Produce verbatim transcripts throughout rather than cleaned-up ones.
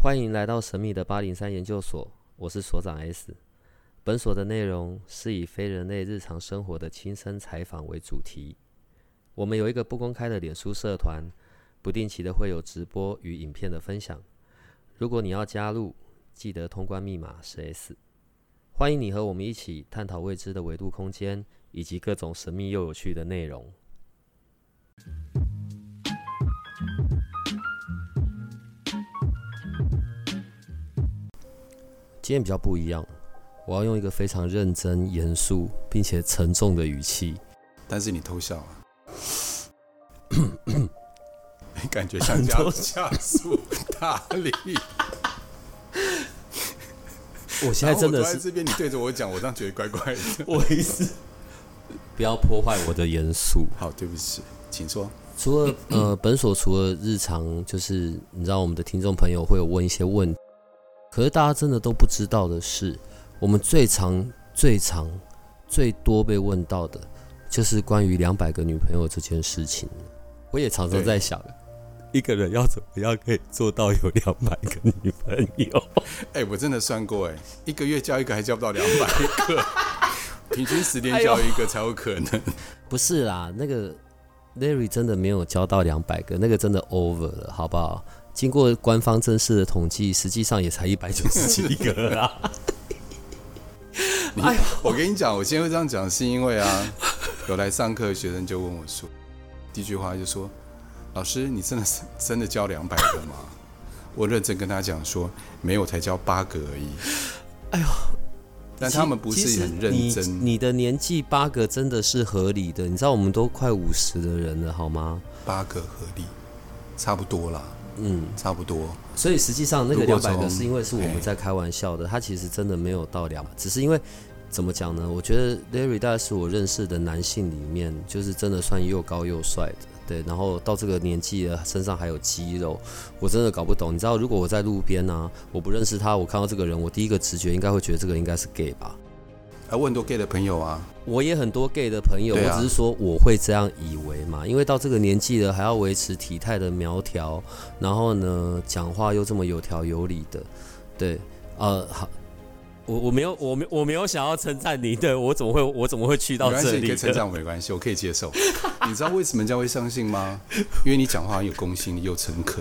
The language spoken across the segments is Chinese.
欢迎来到神秘的八零三研究所，我是所长 S。本所的内容是以非人类日常生活的亲身采访为主题。我们有一个不公开的脸书社团，不定期的会有直播与影片的分享。如果你要加入，记得通关密码是 S。欢迎你和我们一起探讨未知的维度空间，以及各种神秘又有趣的内容。今天比较不一样，我要用一个非常认真、严肃并且沉重的语气。 但是你偷笑啊，感觉像加加速大力。 我现在真的是， 我坐在这边，你对着我讲，我这样觉得怪怪的。 我意思不要破坏我的严肃。 好，对不起，请说。 除了呃，本所除了日常，就是你知道我们的听众朋友会有问一些问题，可是大家真的都不知道的是，我们最常、最常、最多被问到的，就是关于两百个女朋友这件事情。我也常常在想，一个人要怎么样可以做到有两百个女朋友？ 哎、欸，我真的算过，哎，一个月交一个还交不到两百个，平均十天交一个才有可能。哎、 不是啦，那个 Larry 真的没有交到两百个，那个真的 over 了，好不好？经过官方正式的统计，实际上也才一百九十几个啦。 哎，我跟你讲，我今天会这样讲，是因为啊，有来上课的学生就问我说，第一句话就说：“老师，你真的是真的交两百个吗？”我认真跟他讲说，没有，才交八个而已。哎呦，但他们不是很认真。 你, 你的年纪八个真的是合理的，你知道我们都快五十的人了，好吗？ 八个合理，差不多啦。嗯，差不多。 所以实际上那个两百个是因为是我们在开玩笑的，他其实真的没有到两百，只是因为怎么讲呢？我觉得 Larry 大概是我认识的男性里面，就是真的算又高又帅的，对。然后到这个年纪了，身上还有肌肉，我真的搞不懂。你知道，如果我在路边啊，我不认识他，我看到这个人，我第一个直觉应该会觉得这个应该是 gay 吧。 啊，我很多 gay 的朋友啊， 我也很多 gay 的朋友， 啊、 我只是说我会这样以为嘛，因为到这个年纪了，还要维持体态的苗条，然后呢，讲话又这么有条有理的，对，呃，好，我我没有我没我没有想要称赞你，对我怎么会我怎么会去到这里？没关系， 你可以称赞我没关系，我可以接受。你知道为什么人家会相信吗？因为你讲话很有公信力又诚恳。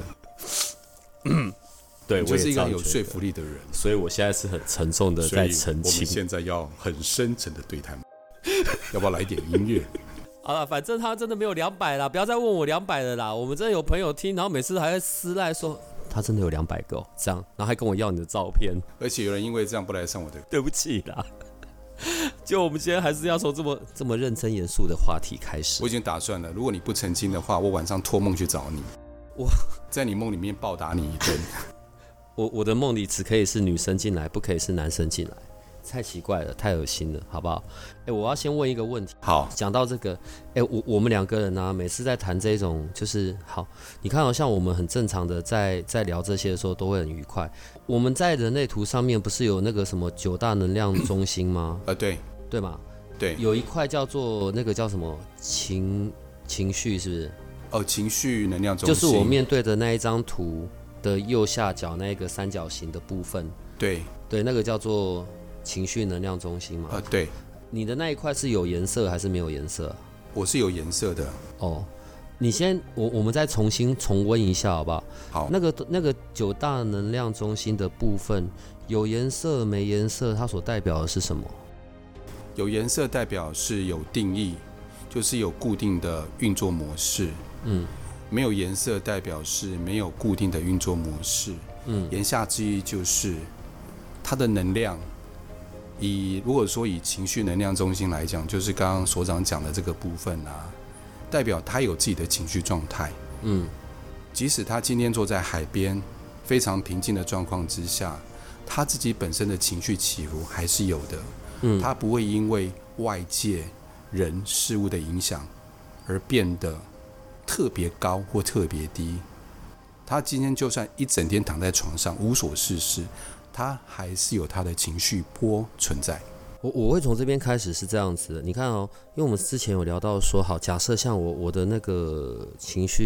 对， 我就是一个有说服力的人， 所以我现在是很沉重的在澄清。 我们现在要很深沉的对谈，要不要来一点音乐？ 好了，反正他真的没有两百啦，不要再问我两百了啦。我们真的有朋友听，然后每次还在私赖说他真的有两百个哦，这样，然后还跟我要你的照片， 而且有人因为这样不来上我的， 对不起啦。就我们今天还是要从这么这么认真严肃的话题开始。 我已经打算了，如果你不澄清的话，我晚上托梦去找你，我在你梦里面暴打你一顿。 我, 我的梦里只可以是女生进来，不可以是男生进来，太奇怪了，太恶心了，好不好？哎，我要先问一个问题。 好， 讲到这个，哎，我我们两个人啊，每次在谈这种，就是好，你看好、哦、像我们很正常的在在聊这些的时候，都会很愉快。我们在人类图上面不是有那个什么九大能量中心吗？ 呃，对， 对吗？ 对， 有一块叫做那个叫什么情情绪，是不是？ 哦，情绪能量中心， 就是我面对的那一张图的右下角那个三角形的部分， 对对，那个叫做情绪能量中心嘛。 呃，对， 你的那一块是有颜色还是没有颜色、啊？ 我是有颜色的。 哦，你先，我我们再重新重温一下好不好？ 好， 那个那个九大能量中心的部分，有颜色没颜色，它所代表的是什么？ 有颜色代表是有定义，就是有固定的运作模式。嗯。没有颜色代表是没有固定的运作模式，嗯，言下之意就是它的能量，以如果说以情绪能量中心来讲，就是刚刚所长讲的这个部分啊，代表他有自己的情绪状态，嗯，即使他今天坐在海边，非常平静的状况之下，他自己本身的情绪起伏还是有的，嗯，他不会因为外界人事物的影响而变得特别高或特别低，他今天就算一整天躺在床上无所事事，他还是有他的情绪波存在。 我我会从这边开始是这样子的，你看哦，因为我们之前有聊到说，好，假设像我我的那个情绪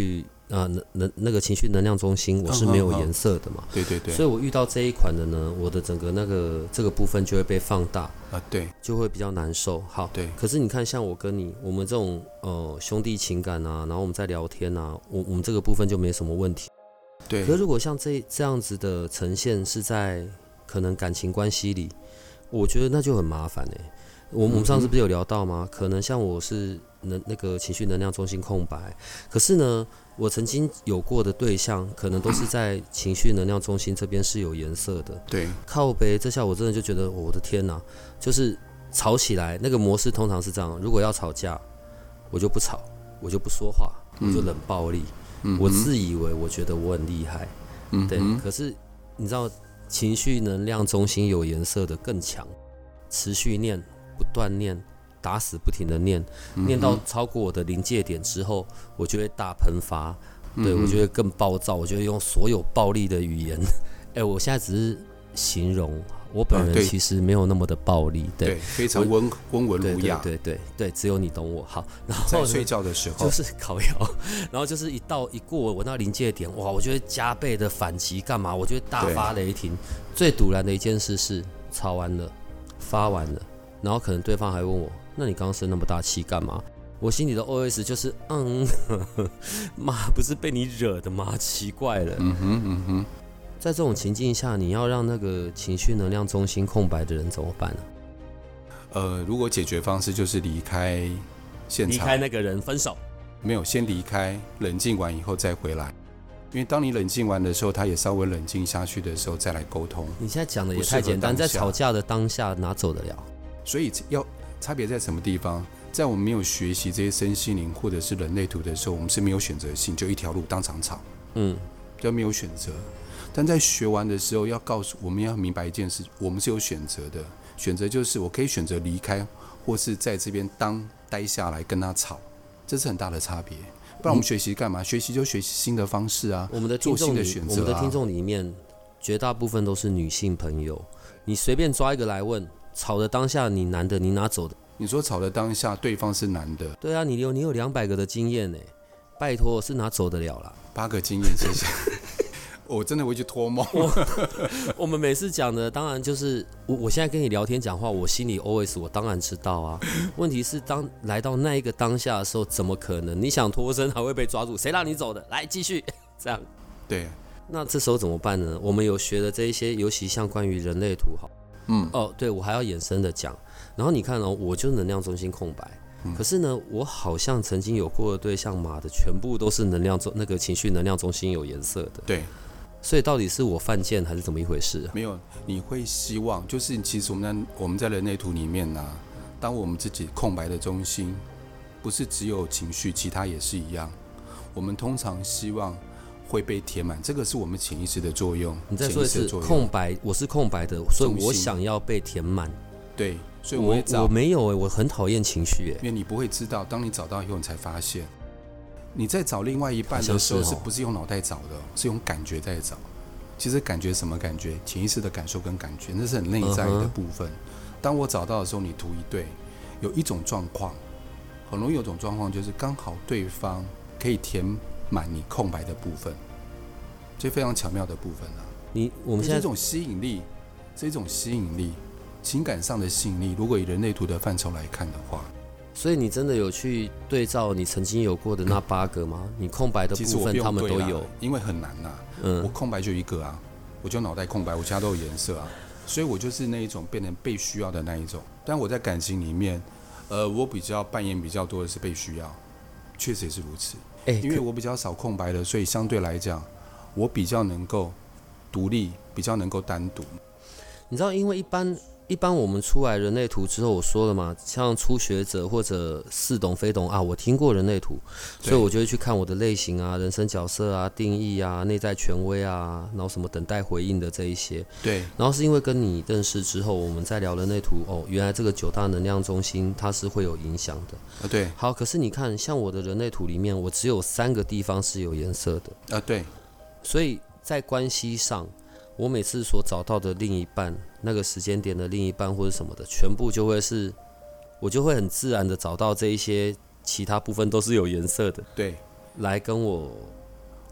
啊、呃，那那个情绪能量中心我是没有颜色的嘛， 嗯嗯嗯、对对对， 所以我遇到这一款的呢，我的整个那个这个部分就会被放大啊，对， 就会比较难受。好， 对。 可是你看，像我跟你，我们这种呃兄弟情感啊，然后我们在聊天啊，我我们这个部分就没什么问题。 对。 可是如果像这这样子的呈现是在可能感情关系里，我觉得那就很麻烦哎、欸。我我们上次不是有聊到吗？嗯、可能像我是能那个情绪能量中心空白，可是呢，我曾经有过的对象，可能都是在情绪能量中心这边是有颜色的。 对， 靠北，这下我真的就觉得，哦、我的天哪！就是吵起来，那个模式通常是这样：如果要吵架，我就不吵，我就不说话，我就冷暴力。嗯、我自以为我觉得我很厉害，嗯、对。可是你知道，情绪能量中心有颜色的更强，持续念。不断念，打死不停的念，念到超过我的临界点之后，我就会大喷发，对、嗯、我就会更暴躁，我就会用所有暴力的语言。哎、欸，我现在只是形容，我本人其实没有那么的暴力，对， 对非常温温文儒雅， 对对 对, 对, 对，只有你懂我。好，然后在睡觉的时候就是烤窑，然后就是一到一过我那临界点，哇，我就会加倍的反击，干嘛？我就会大发雷霆。最堵然的一件事是，吵完了，发完了。然后可能对方还问我，那你刚刚生那么大气干嘛？我心里的 O S 就是，嗯，妈，不是被你惹的吗？奇怪了。嗯哼嗯哼。在这种情境下，你要让那个情绪能量中心空白的人怎么办呢？ 呃，如果解决方式就是离开现场， 离开那个人，分手。 没有，先离开，冷静完以后再回来。因为当你冷静完的时候，他也稍微冷静下去的时候，再来沟通。 你现在讲的也太简单，在吵架的当下哪走得了？ 所以要差别在什么地方？在我们没有学习这些身心灵或者是人类图的时候，我们是没有选择性，就一条路当场吵，嗯，就没有选择。但在学完的时候，要告诉我们要明白一件事，我们是有选择的。选择就是我可以选择离开，或是在这边当待下来跟他吵，这是很大的差别。不然我们学习干嘛？嗯、学习就学习新的方式啊， 我们的听众里， 选择、啊、 我们的听众里面绝大部分都是女性朋友，你随便抓一个来问。吵的当下，你男的，你哪走的？ 你说吵的当下，对方是男的。 对啊，你有你有两百个的经验呢，拜托，是哪走得了啦？ 八个经验，谢谢。我真的会去托梦。 我们每次讲的，当然就是我，我现在跟你聊天讲话，我心里 O S 我当然知道啊。问题是当来到那一个当下的时候，怎么可能？你想脱身还会被抓住？谁让你走的？来继续这样。 对。 那这时候怎么办呢？我们有学的这一些，尤其像关于人类图好。嗯，哦，对，我还要衍生的讲。然后你看哦，我就能量中心空白，嗯、可是呢，我好像曾经有过的对象，妈的，全部都是能量中那个情绪能量中心有颜色的。 对， 所以到底是我犯贱还是怎么一回事、啊？ 没有，你会希望就是其实我们在我们在人类图里面呢、啊，当我们自己空白的中心，不是只有情绪，其他也是一样。我们通常希望。会被填满，这个是我们潜意识的作用。 你再说一次，空白，我是空白的，所以我想要被填满。 对，所以我会找。 我没有哎、欸，我很讨厌情绪哎、 欸，因为你不会知道，当你找到以后，你才发现，你在找另外一半的时候，是不是用脑袋找的？是用感觉在找。其实感觉什么感觉？潜意识的感受跟感觉，那是很内在的部分。Uh-huh. 当我找到的时候，你图一对，有一种状况，很容易有种状况，就是刚好对方可以填。满你空白的部分，这非常巧妙的部分啊！ 你我们现在这种吸引力，这种吸引力，情感上的吸引力，如果以人类图的范畴来看的话， 所以你真的有去对照你曾经有过的那八个吗？你空白的部分他们都有， 因为很难呐、啊。嗯，我空白就一个啊，我就脑袋空白，我其他都有颜色啊，所以我就是那一种变成被需要的那一种。但我在感情里面，呃，我比较扮演比较多的是被需要，确实也是如此。欸、因为我比较少空白的，所以相对来讲，我比较能够独立，比较能够单独。 你知道，因为一般一般我们出来人类图之后，我说了嘛，像初学者或者似懂非懂啊，我听过人类图，所以我就会去看我的类型啊、人生角色啊、定义啊、内在权威啊，然后什么等待回应的这一些。 对。 然后是因为跟你认识之后，我们在聊人类图，哦，原来这个九大能量中心它是会有影响的。 啊，对。 好，可是你看，像我的人类图里面，我只有三个地方是有颜色的。 啊，对。 所以在关系上。我每次所找到的另一半，那个时间点的另一半或者什么的，全部就会是，我就会很自然的找到这一些其他部分都是有颜色的， 对， 来跟我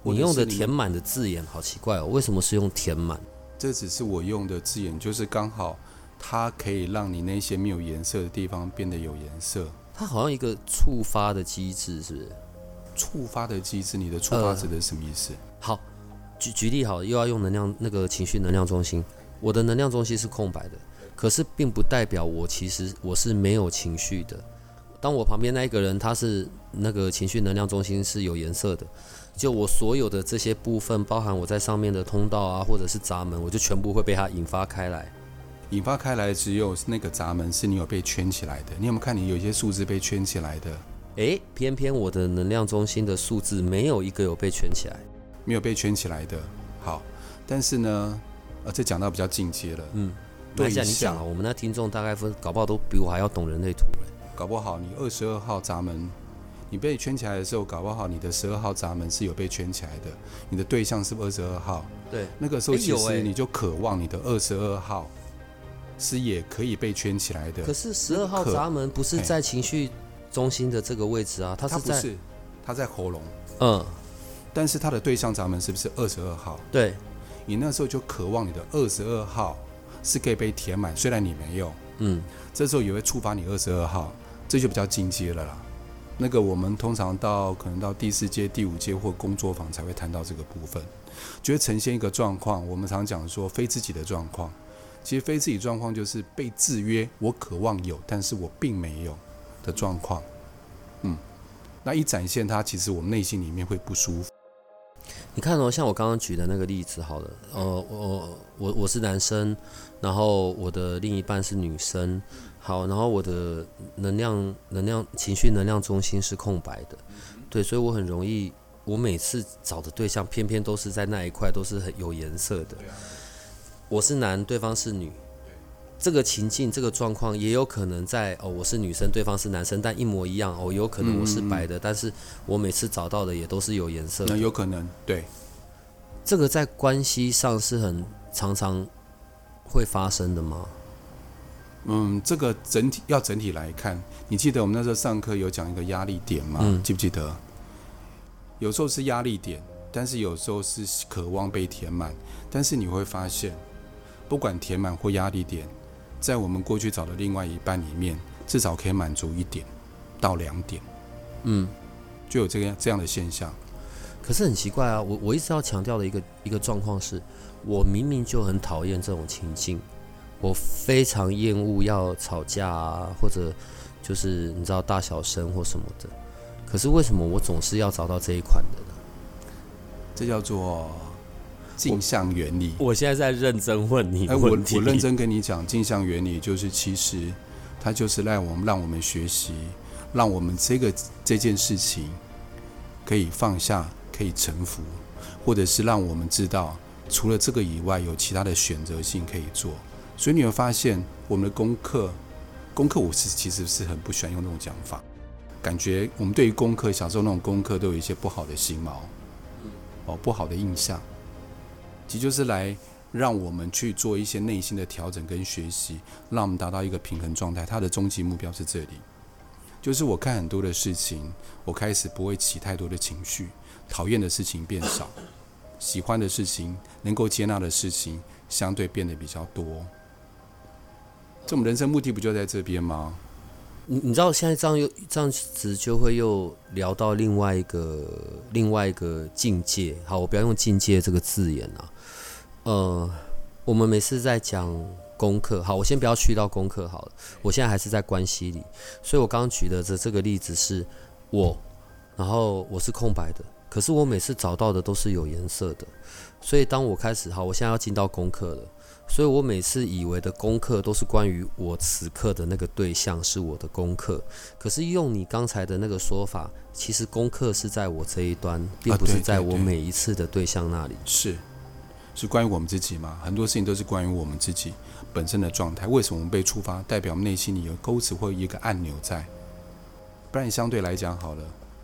你用的填满的字眼好奇怪哦，为什么是用填满？ 这只是我用的字眼，就是刚好它可以让你那些没有颜色的地方变得有颜色。 它好像一个触发的机制，是不是？ 触发的机制，你的触发指的是什么意思？呃、 好，举举例好，又要用能量那个情绪能量中心。我的能量中心是空白的，可是并不代表我其实我是没有情绪的。当我旁边那一个人他是那个情绪能量中心是有颜色的，就我所有的这些部分，包含我在上面的通道啊，或者是闸门，我就全部会被它引发开来。 引发开来只有那个闸门是你有被圈起来的。你有没有看你有一些数字被圈起来的？ 诶，偏偏我的能量中心的数字没有一个有被圈起来， 没有被圈起来的。好，但是呢，呃，这讲到比较进阶了。嗯， 对一下你讲啊，我们那听众大概分搞不好都比我还要懂人类图了。 搞不好你二十二号闸门，你被圈起来的时候，搞不好你的十二号闸门是有被圈起来的。你的对象是二十二号， 对， 那个时候其实你就渴望你的二十二号是也可以被圈起来的。 可是十二号闸门不是在情绪中心的这个位置啊，它是在， 它不是，它在喉咙。 嗯， 但是它的对象闸门是不是二十二号？ 对， 你那时候就渴望你的二十二号是可以被填满，虽然你没有，嗯，这时候也会触发你二十二号，这就比较进阶了啦。那个我们通常到可能到第四阶、第五阶或工作坊才会谈到这个部分，就会呈现一个状况。我们常讲说非自己的状况，其实非自己状况就是被制约，我渴望有，但是我并没有的状况。嗯，那一展现它，其实我们内心里面会不舒服。 你看哦，像我刚刚举的那个例子，好了，呃，我我我是男生，然后我的另一半是女生，好，然后我的能量能量情绪能量中心是空白的，对，所以我很容易，我每次找的对象偏偏都是在那一块都是很有颜色的。我是男，对方是女，这个情境这个状况也有可能在哦，我是女生，对方是男生，但一模一样哦，有可能我是白的，嗯嗯嗯，但是我每次找到的也都是有颜色的。 那有可能，对。 这个在关系上是很常常会发生的吗？ 嗯，这个整体要整体来看，你记得我们那时候上课有讲一个压力点吗？嗯、记不记得？有时候是压力点，但是有时候是渴望被填满。但是你会发现，不管填满或压力点，在我们过去找的另外一半里面，至少可以满足一点到两点。嗯，就有这个这样的现象。 可是很奇怪啊，我我一直要强调的一个一个状况是，我明明就很讨厌这种情境，我非常厌恶要吵架啊，或者就是你知道大小声或什么的。可是为什么我总是要找到这一款的呢？ 这叫做镜像原理。 我, 我现在在认真问你问题。 我, 我认真跟你讲，镜像原理就是其实它就是让我们让我们学习，让我们这个这件事情可以放下。可以臣服，或者是让我们知道，除了这个以外，有其他的选择性可以做。所以你会发现，我们的功课，功课我是其实是很不喜欢用那种讲法，感觉我们对于功课，小时候那种功课都有一些不好的形貌，哦，不好的印象。其实就是来让我们去做一些内心的调整跟学习，让我们达到一个平衡状态。它的终极目标是这里，就是我看很多的事情，我开始不会起太多的情绪。讨厌的事情变少，喜欢的事情、能够接纳的事情相对变得比较多。这我们人生目的不就在这边吗？ 你你知道现在这样又这样子就会又聊到另外一个另外一个境界。好，我不要用境界这个字眼啊。呃，我们每次在讲功课，好，我先不要去到功课好了。我现在还是在关系里，所以我刚刚举的这这个例子是我，然后我是空白的。可是我每次找到的都是有颜色的，所以当我开始好，我现在要进到功课了，所以我每次以为的功课都是关于我此刻的那个对象是我的功课。可是用你刚才的那个说法，其实功课是在我这一端，并不是在我每一次的对象那里。 啊、是，是关于我们自己嘛？很多事情都是关于我们自己本身的状态。为什么我们被触发？代表我们内心里有钩子或一个按钮在。不然相对来讲好了。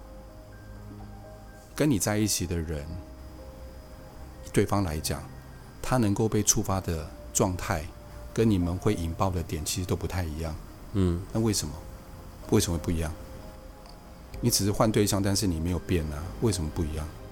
跟你在一起的人，对方来讲，他能够被触发的状态，跟你们会引爆的点，其实都不太一样。嗯，那为什么？为什么不一样？你只是换对象，但是你没有变啊，为什么不一样？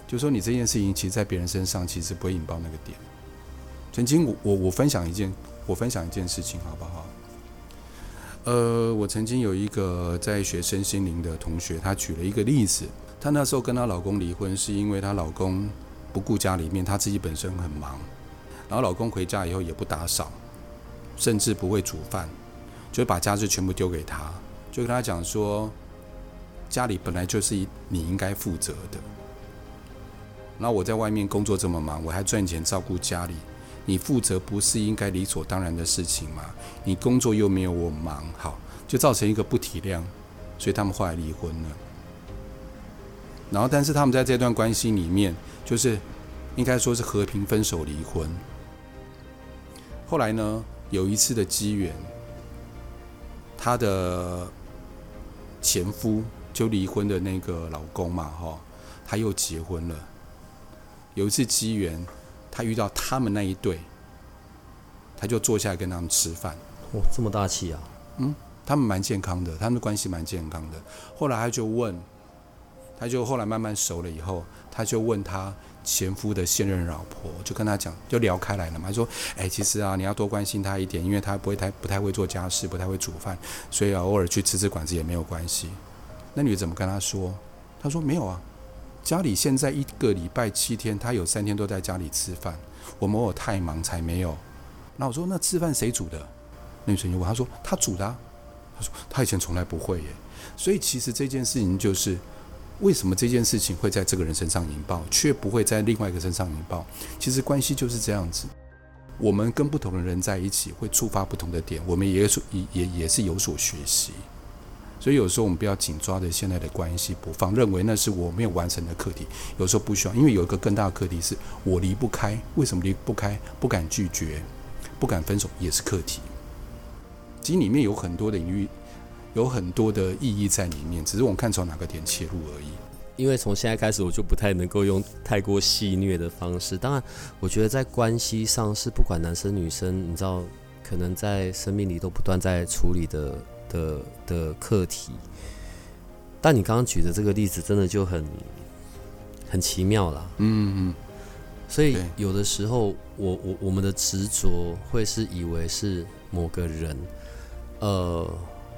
就说你这件事情，其实在别人身上其实不会引爆那个点。曾经我我我分享一件我分享一件事情好不好？呃，我曾经有一个在学身心灵的同学，她举了一个例子，她那时候跟她老公离婚，是因为她老公不顾家里面，她自己本身很忙，然后老公回家以后也不打扫，甚至不会煮饭，就把家事全部丢给她，就跟她讲说，家里本来就是你应该负责的。然后我在外面工作这么忙，我还赚钱照顾家里，你负责不是应该理所当然的事情吗？你工作又没有我忙，好，就造成一个不体谅，所以他们后来离婚了。然后，但是他们在这段关系里面，就是应该说是和平分手离婚。后来呢，有一次的机缘，她的前夫就离婚的那个老公嘛，哈，他又结婚了。有一次机缘，他遇到他们那一对，他就坐下来跟他们吃饭。 哇，这么大气啊！ 嗯，他们蛮健康的，他们的关系蛮健康的。后来他就问，他就后来慢慢熟了以后，他就问他前夫的现任老婆，就跟他讲，就聊开来了嘛。他说：“哎，其实啊，你要多关心他一点，因为他不会太不太会做家事，不太会煮饭，所以啊，偶尔去吃吃馆子也没有关系。”那女的怎么跟他说？他说：“没有啊。”家里现在一个礼拜七天，他有三天都在家里吃饭，我们偶尔太忙才没有。那我说那吃饭谁煮的？那女生就问，他说他煮的啊。他说他以前从来不会耶。所以其实这件事情就是为什么这件事情会在这个人身上引爆，却不会在另外一个身上引爆？其实关系就是这样子，我们跟不同的人在一起会触发不同的点，我们也也也是有所学习。所以有时候我们不要紧抓着现在的关系不放，认为那是我没有完成的课题。有时候不需要，因为有一个更大的课题是我离不开。为什么离不开？不敢拒绝，不敢分手也是课题。其实里面有很多的领域，有很多的意义在里面，只是我们看从哪个点切入而已。 因为从现在开始，我就不太能够用太过戏谑的方式。当然，我觉得在关系上是不管男生女生，你知道，可能在生命里都不断在处理的。的, 的课题，但你刚刚举的这个例子真的就很很奇妙啦。 嗯嗯， 所以有的时候我我我们的执着会是以为是某个人，呃，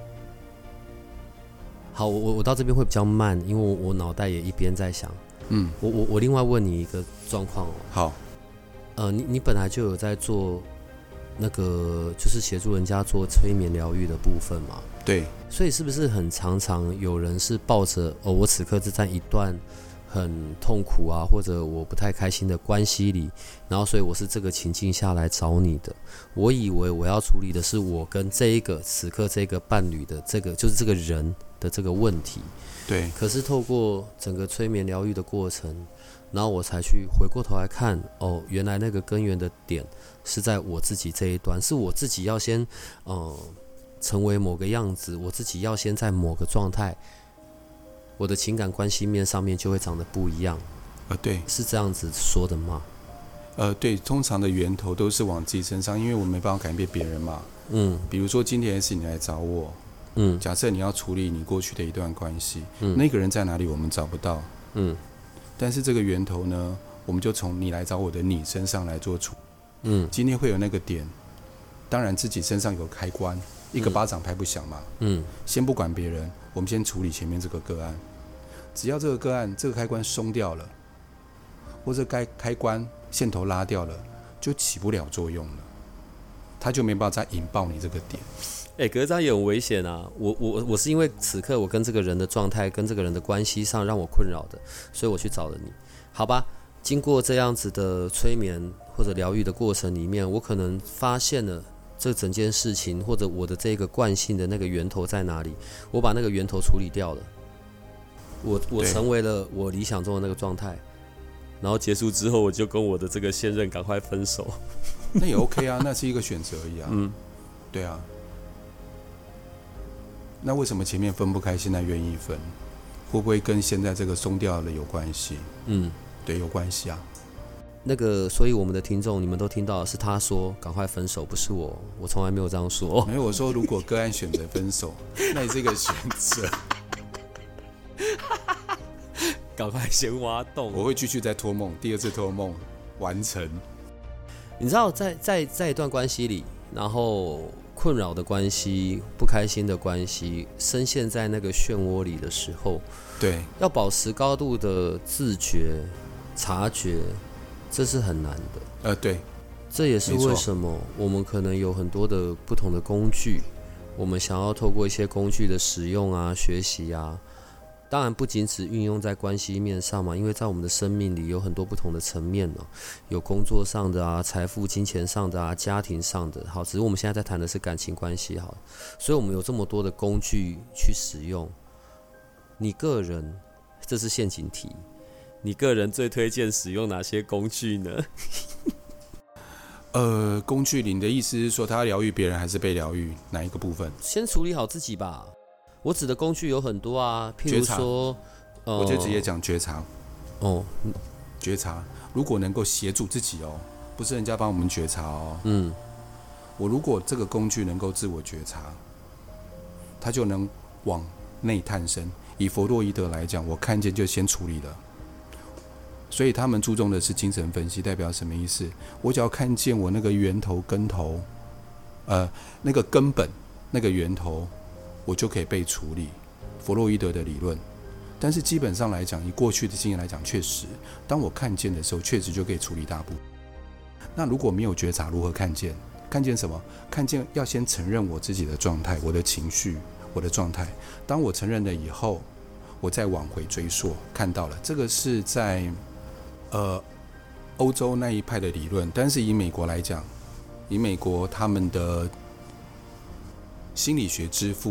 好，我我到这边会比较慢，因为我我脑袋也一边在想，嗯，我我我另外问你一个状况哦， 好， 呃，你你本来就有在做。那个就是协助人家做催眠疗愈的部分嘛， 对， 所以是不是很常常有人是抱着哦，我此刻是在一段很痛苦啊，或者我不太开心的关系里，然后所以我是这个情境下来找你的。我以为我要处理的是我跟这一个此刻这个伴侣的这个就是这个人的这个问题， 对。 可是透过整个催眠疗愈的过程。然后我才去回过头来看，哦，原来那个根源的点是在我自己这一端，是我自己要先，呃，成为某个样子，我自己要先在某个状态，我的情感关系面上面就会长得不一样。 呃，对， 是这样子说的吗？ 呃，对，通常的源头都是往自己身上，因为我没办法改变别人嘛。嗯，比如说今天是你来找我，嗯，假设你要处理你过去的一段关系，嗯，那个人在哪里我们找不到，嗯。但是这个源头呢，我们就从你来找我的你身上来做处。嗯，今天会有那个点，当然自己身上有开关，一个巴掌拍不响嘛。嗯，先不管别人，我们先处理前面这个个案。只要这个个案这个开关松掉了，或者该开关线头拉掉了，就起不了作用了，它就没办法再引爆你这个点。 哎、欸，可是这样也很危险啊！我我我是因为此刻我跟这个人的状态、跟这个人的关系上让我困扰的，所以我去找了你。好吧，经过这样子的催眠或者疗愈的过程里面，我可能发现了这整件事情或者我的这个惯性的那个源头在哪里，我把那个源头处理掉了，我我成为了我理想中的那个状态，然后结束之后，我就跟我的这个现任赶快分手。 那也 OK 啊，那是一个选择而已啊。嗯，对啊。那为什么前面分不开，现在愿意分？会不会跟现在这个松掉了有关系？嗯，对，有关系啊。 那个，所以我们的听众，你们都听到是他说赶快分手，不是我，我从来没有这样说。 没有，我说如果个案选择分手，那也是一个选择。 赶快先挖洞。 我会继续再托梦，第二次托梦完成。 你知道在，在在在一段关系里，然后困扰的关系、不开心的关系，深陷在那个漩涡里的时候， 对， 要保持高度的自觉、察觉，这是很难的。 呃，对， 这也是为什么我们可能有很多的不同的工具，我们想要透过一些工具的使用啊、学习啊。当然不仅只运用在关系面上嘛，因为在我们的生命里有很多不同的层面呢、啊，有工作上的啊、财富、金钱上的啊、家庭上的。好，只是我们现在在谈的是感情关系，好，所以我们有这么多的工具去使用。你个人，这是陷阱题，你个人最推荐使用哪些工具呢？ 呃，工具里你的意思是说，他疗愈别人还是被疗愈？哪一个部分？ 先处理好自己吧。我指的工具有很多啊，譬如说， 呃、我就直接讲觉察。 哦， 觉察，如果能够协助自己哦，不是人家帮我们觉察哦。嗯，我如果这个工具能够自我觉察，它就能往内探深。以弗洛伊德来讲，我看见就先处理了。所以他们注重的是精神分析，代表什么意思？我只要看见我那个源头、根头，呃，那个根本、那个源头。我就可以被处理，弗洛伊德的理论。但是基本上来讲，以过去的经验来讲，确实，当我看见的时候，确实就可以处理大部分。那如果没有觉察，如何看见？看见什么？看见要先承认我自己的状态，我的情绪，我的状态。当我承认了以后，我再往回追溯，看到了。这个是在呃欧洲那一派的理论，但是以美国来讲，以美国他们的心理学之父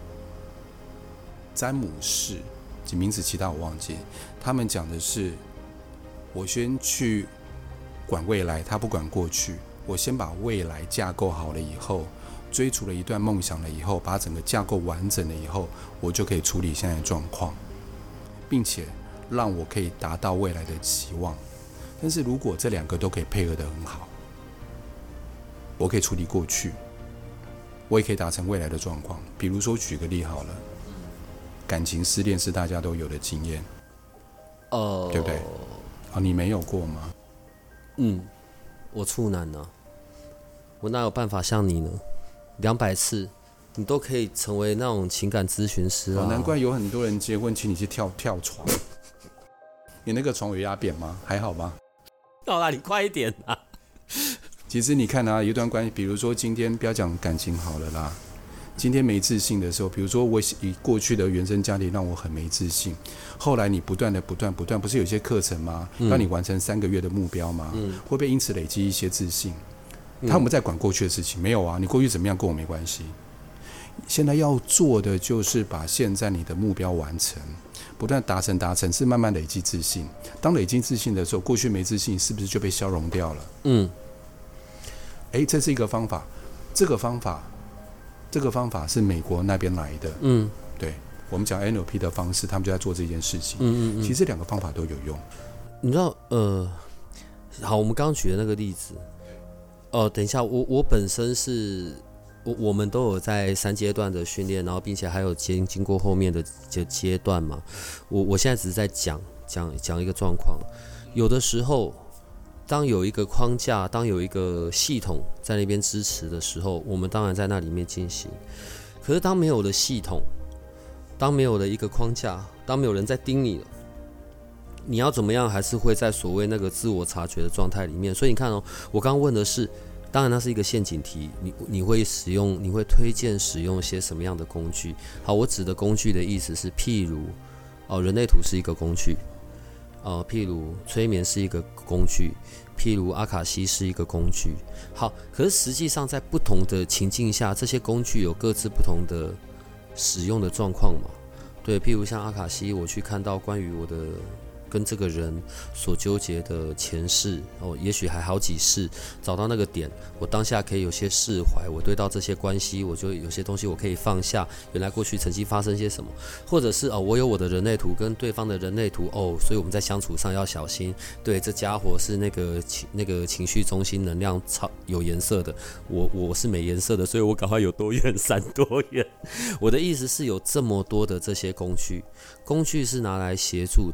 詹姆士，名字其他我忘记，他们讲的是，我先去管未来，他不管过去，我先把未来架构好了以后，追逐了一段梦想了以后，把整个架构完整了以后，我就可以处理现在的状况，并且让我可以达到未来的期望。但是如果这两个都可以配合得很好，我可以处理过去，我也可以达成未来的状况。比如说举个例好了，感情失恋是大家都有的经验， 哦、呃， 对不对？啊，你没有过吗？ 嗯，我处男呢、啊，我哪有办法像你呢？两百次，你都可以成为那种情感咨询师啊、 哦！难怪有很多人结婚请你去跳跳床，你那个床有压扁吗？还好吗？ 好啦，你快一点啊！ 其实你看啊，有一段关系，比如说今天不要讲感情好了啦。今天没自信的时候，比如说我以过去的原生家庭让我很没自信，后来你不断的不断不断，不是有些课程吗？让你完成三个月的目标吗？嗯、会不会因此累积一些自信？他们在管过去的事情，没有啊，你过去怎么样跟我没关系。现在要做的就是把现在你的目标完成，不断达成达成，是慢慢累积自信。当累积自信的时候，过去没自信是不是就被消融掉了？嗯，哎，这是一个方法，这个方法。这个方法是美国那边来的，嗯，对，我们讲 N L P 的方式，他们就在做这件事情。嗯嗯嗯，其实两个方法都有用。 你知道，呃，好，我们刚刚举的那个例子，哦、呃，等一下，我我本身是，我我们都有在三阶段的训练，然后并且还有经经过后面的阶段嘛。我我现在只是在讲讲讲一个状况，有的时候。当有一个框架，当有一个系统在那边支持的时候，我们当然在那里面进行。可是当没有了系统，当没有了一个框架，当没有人在盯你了，你要怎么样还是会在所谓那个自我察觉的状态里面。所以你看哦，我刚刚问的是，当然那是一个陷阱题，你你会使用，你会推荐使用些什么样的工具？好，我指的工具的意思是，譬如哦，人类图是一个工具。呃，譬如催眠是一个工具，譬如阿卡西是一个工具。好，可是实际上在不同的情境下，这些工具有各自不同的使用的状况嘛？对，譬如像阿卡西，我去看到关于我的跟这个人所纠结的前世，哦，也许还好几世，找到那个点，我当下可以有些释怀，我对到这些关系，我就有些东西我可以放下，原来过去曾经发生些什么，或者是哦，我有我的人类图跟对方的人类图，哦，所以我们在相处上要小心，对，这家伙是那个情那个情绪中心能量超有颜色的，我我是没颜色的，所以我赶快有多远闪多远。我的意思是有这么多的这些工具，工具是拿来协助的。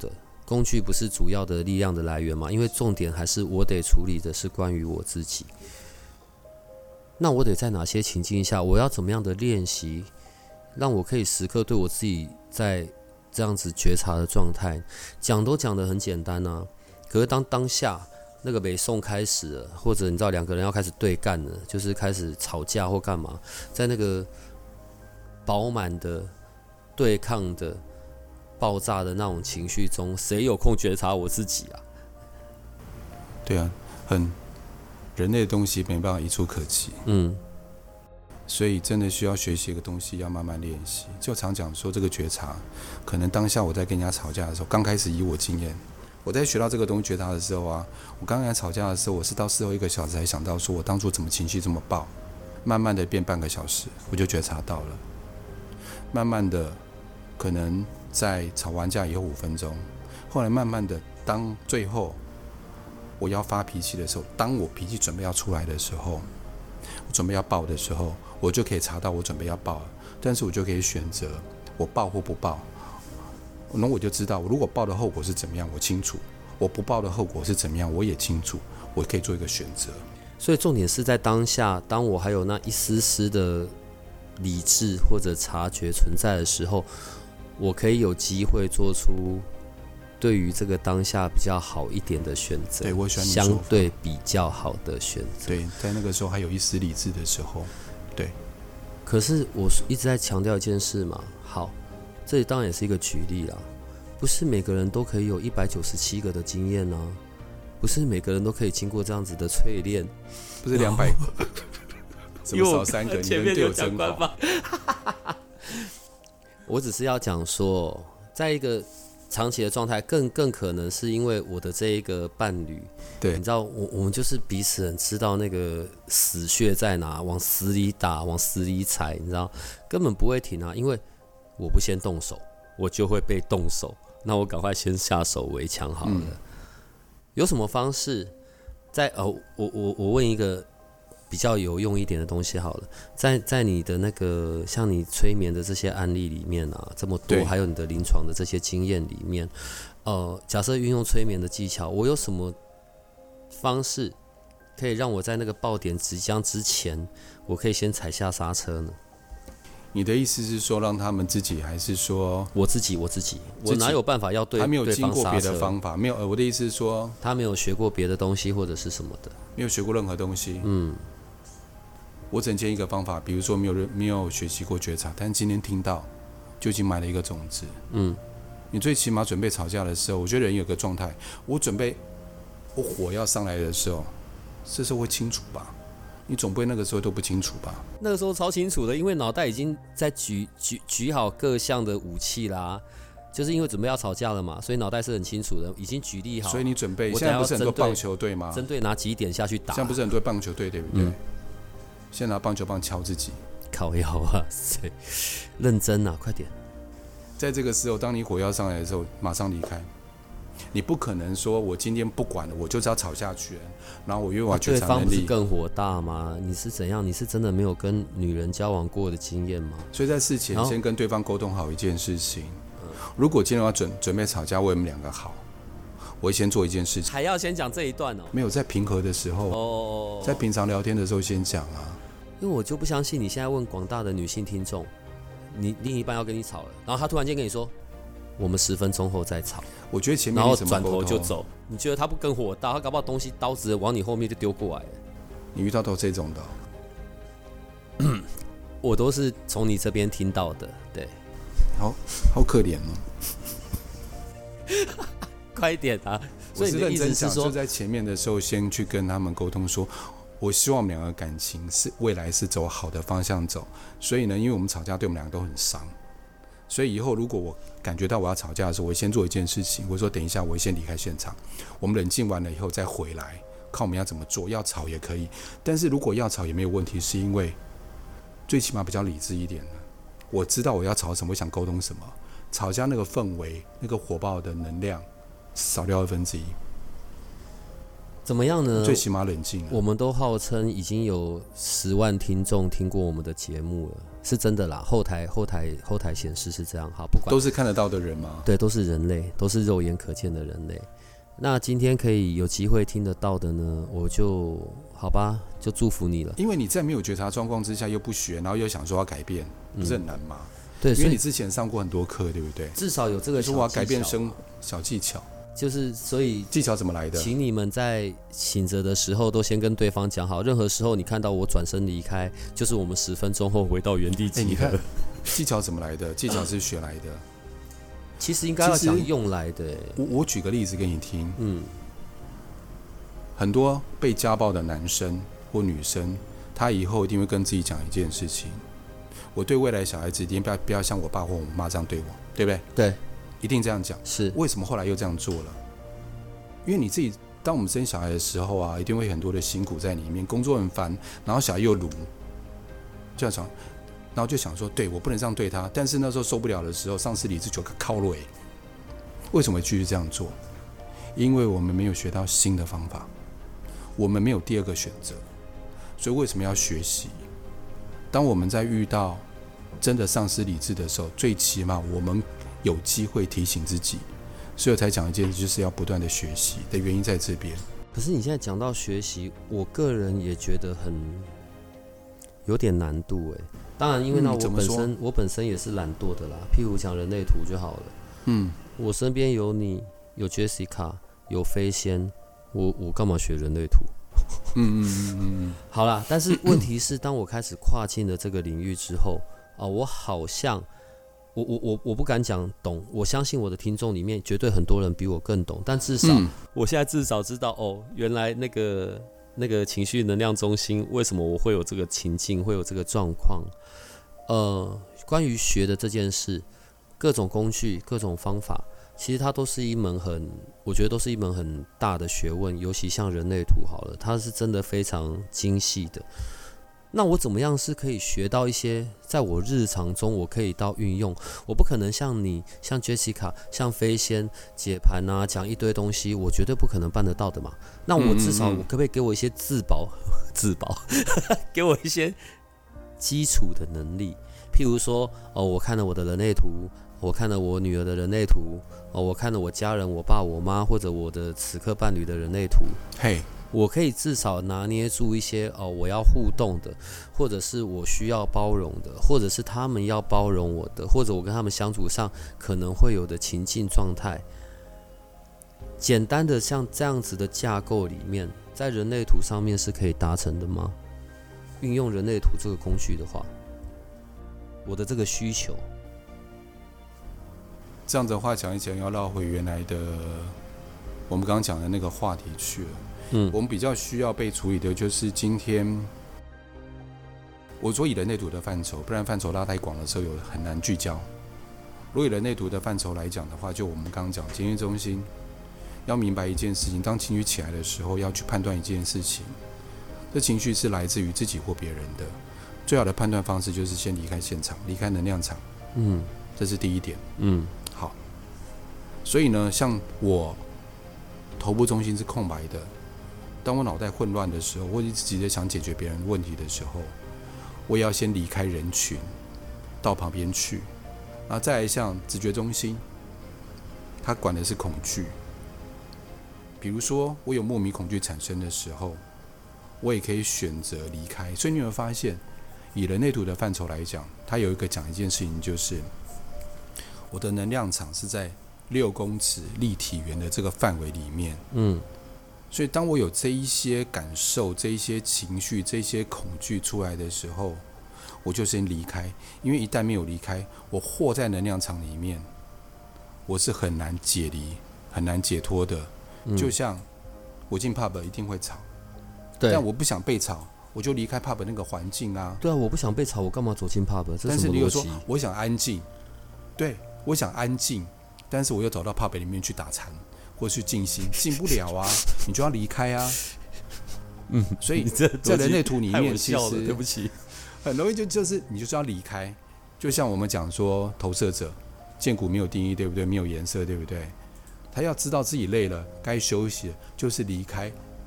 工具不是主要的力量的来源嘛，因为重点还是我得处理的是关于我自己。那我得在哪些情境下，我要怎么样的练习，让我可以时刻对我自己在这样子觉察的状态？讲都讲得很简单啊，可是当当下那个北宋开始了，或者你知道两个人要开始对干了，就是开始吵架或干嘛，在那个饱满的对抗的爆炸的那种情绪中，谁有空觉察我自己啊？ 对啊，很人类的东西没办法一触可及。嗯，所以真的需要学习一个东西，要慢慢练习。就常讲说这个觉察，可能当下我在跟人家吵架的时候，刚开始以我经验。我在学到这个东西觉察的时候啊，我刚才吵架的时候，我是到事后一个小时才想到，说我当初怎么情绪这么爆，慢慢的变半个小时，我就觉察到了。慢慢的，可能在吵完架以后五分钟，后来慢慢的，当最后我要发脾气的时候，当我脾气准备要出来的时候，我准备要爆的时候，我就可以查到我准备要爆了，但是我就可以选择我爆或不爆。那我就知道，如果爆的后果是怎么样，我清楚；我不爆的后果是怎么样，我也清楚。我可以做一个选择。 所以重点是在当下，当我还有那一丝丝的理智或者察觉存在的时候，我可以有机会做出对于这个当下比较好一点的选择。 对，我喜欢你说法， 相对比较好的选择。 对，在那个时候还有一丝理智的时候，对。 可是我一直在强调一件事嘛，好。这里当然也是一个举例啦，不是每个人都可以有一百九十七个的经验啊，不是每个人都可以经过这样子的淬炼， 不是两百，怎么少三个？你人对我真好。 我只是要讲说，在一个长期的状态，更更可能是因为我的这一个伴侣， 对， 你知道，我我们就是彼此很知道那个死穴在哪，往死里打，往死里踩，你知道，根本不会停啊，因为。我不先动手，我就会被动手。那我赶快先下手为强好了。嗯、有什么方式在？呃，我我我问一个比较有用一点的东西好了。在在你的那个像你催眠的这些案例里面啊，这么多，还有你的临床的这些经验里面，呃，假设运用催眠的技巧，我有什么方式可以让我在那个爆点即将之前，我可以先踩下刹车呢？ 你的意思是说让他们自己，还是说我自己？我自己，我哪有办法要对他没有经过别的方法？没有，我的意思是说他没有学过别的东西或者是什么的， 没有学过任何东西。 嗯， 我只建议一个方法，比如说没有没有学习过觉察，但是今天听到就已经埋了一个种子。嗯，你最起码准备吵架的时候，我觉得人有个状态，我准备我火要上来的时候，这时候会清楚吧？你总不会那个时候都不清楚吧？ 那个时候超清楚的，因为脑袋已经在举举举好各项的武器啦，就是因为准备要吵架了嘛，所以脑袋是很清楚的，已经举例好。 所以你准备，现在不是很多棒球队吗？ 针对哪几点下去打？ 现在不是很多棒球队，对不对？嗯、现在拿棒球棒敲自己， 靠腰啊！塞，认真啊，快点！ 在这个时候，当你火要上来的时候，马上离开。你不可能说我今天不管了，我就是要吵下去，然后我又要觉察能力。对方不是更火大吗？你是怎样？你是真的没有跟女人交往过的经验吗？ 所以在事前先跟对方沟通好一件事情。如果今天要准准备吵架，为我们两个好，我会先做一件事情。 还要先讲这一段哦？ 没有，在平和的时候，哦，在平常聊天的时候先讲啊。 因为我就不相信你现在问广大的女性听众，你另一半要跟你吵了，然后他突然间跟你说。我们十分钟后再吵， 我觉得前面然后转头就走。你觉得他不更火大？他搞不好东西刀子往你后面就丢过来了。 你遇到都这种的、 哦，我都是从你这边听到的。对， 好好可怜哦。 快一点啊！ 所以你的意思是说，就在前面的时候，先去跟他们沟通说，我希望我们两个感情是未来是走好的方向走。所以呢，因为我们吵架对我们两个都很伤。所以以后如果我感觉到我要吵架的时候，我先做一件事情，我说等一下我会先离开现场，我们冷静完了以后再回来，看我们要怎么做。要吵也可以，但是如果要吵也没有问题，是因为最起码比较理智一点的，我知道我要吵什么，我想沟通什么，吵架那个氛围、那个火爆的能量少掉二分之一。 怎么样呢？ 最起码冷静了。 我们都号称已经有十万听众听过我们的节目了，是真的啦。后台后台后台显示是这样，好，不管都是看得到的人吗？ 对，都是人类，都是肉眼可见的人类。那今天可以有机会听得到的呢，我就好吧，就祝福你了。 因为你在没有觉察状况之下又不学，然后又想说要改变，不是很难吗？ 嗯、对， 因为你之前上过很多课，对不对？ 至少有这个小技巧。 说我要改变生小技巧， 就是所以技巧怎么来的？ 请你们在醒着的时候都先跟对方讲好，任何时候你看到我转身离开，就是我们十分钟后回到原地集合。欸、 你看技巧怎么来的？技巧是学来的。 其实应该要讲用来的、欸。 我我举个例子给你听。嗯。很多被家暴的男生或女生，他以后一定会跟自己讲一件事情：我对未来小孩子一定不要不要像我爸或我妈这样对我，对不对？ 对， 一定这样讲。 是为什么后来又这样做了？因为你自己，当我们生小孩的时候啊，一定会很多的辛苦在里面，工作很烦，然后小孩又鲁，这样想，然后就想说，对我不能这样对他，但是那时候受不了的时候，丧失理智就靠落。为什么会继续这样做？因为我们没有学到新的方法。我们没有第二个选择，所以为什么要学习？当我们在遇到真的丧失理智的时候，最起码我们有机会提醒自己，所以我才讲一件事，就是要不断的学习的原因在这边。 可是你现在讲到学习，我个人也觉得很有点难度哎。当然，因为呢，我本身、嗯、我本身也是懒惰的啦。譬如讲人类图就好了，嗯，我身边有你，有 Jessica， 有飞仙。我我干嘛学人类图？嗯嗯嗯嗯。好啦，但是问题是，当我开始跨进了这个领域之后啊，我好像我我我我不敢讲懂，我相信我的听众里面绝对很多人比我更懂，但至少、嗯、我现在至少知道哦，原来那个那个情绪能量中心为什么我会有这个情境，会有这个状况。呃，关于学的这件事，各种工具、各种方法。其实它都是一门很，我觉得都是一门很大的学问，尤其像人类图好了，它是真的非常精细的。那我怎么样是可以学到一些在我日常中我可以到运用？我不可能像你、像 Jessica、像飞仙解盘啊，讲一堆东西，我绝对不可能办得到的嘛。那我至少我可不可以给我一些自保、自保，给我一些基础的能力？譬如说，哦，我看了我的人类图。我看了我女儿的人类图，哦，我看了我家人，我爸、我妈，或者我的此刻伴侣的人类图。嘿、hey. ，我可以至少拿捏住一些哦，我要互动的，或者是我需要包容的，或者是他们要包容我的，或者我跟他们相处上可能会有的情境状态。简单的像这样子的架构里面，在人类图上面是可以达成的吗？运用人类图这个工具的话，我的这个需求。 这样子的话讲一讲，要绕回原来的我们刚刚讲的那个话题去了。嗯，我们比较需要被处理的就是今天，我说以人类图的范畴，不然范畴拉太广的时候有很难聚焦。如果以人类图的范畴来讲的话，就我们刚刚讲情绪中心，要明白一件事情，当情绪起来的时候，要去判断一件事情，这情绪是来自于自己或别人的。最好的判断方式就是先离开现场，离开能量场。嗯，这是第一点。嗯。好，所以呢，像我头部中心是空白的，当我脑袋混乱的时候，或者直接想解决别人问题的时候，我也要先离开人群，到旁边去。然后再来像直觉中心，它管的是恐惧。比如说，我有莫名恐惧产生的时候，我也可以选择离开。所以你有没有发现，以人类图的范畴来讲，它有一个讲一件事情，就是我的能量场是在六公尺立体圆的这个范围里面，嗯，所以当我有这一些感受、这一些情绪、这些恐惧出来的时候，我就先离开，因为一旦没有离开，我活在能量场里面，我是很难解离、很难解脱的。嗯、就像我进 pub 一定会吵，对，但我不想被吵，我就离开 pub 那个环境啊。 对啊，我不想被吵，我干嘛走进 pub？ 这是什么逻辑？ 但是你又说我想安静，对。我想安静，但是我又走到 pub 里面去打禅或去静心，进不了啊，你就要离开啊。嗯，所以在人类图里面，其实对不起， 很容易就就是你就是要离开。就像我们讲说投射者，剑骨没有定义，对不对？没有颜色，对不对？他要知道自己累了，该休息了，就是离开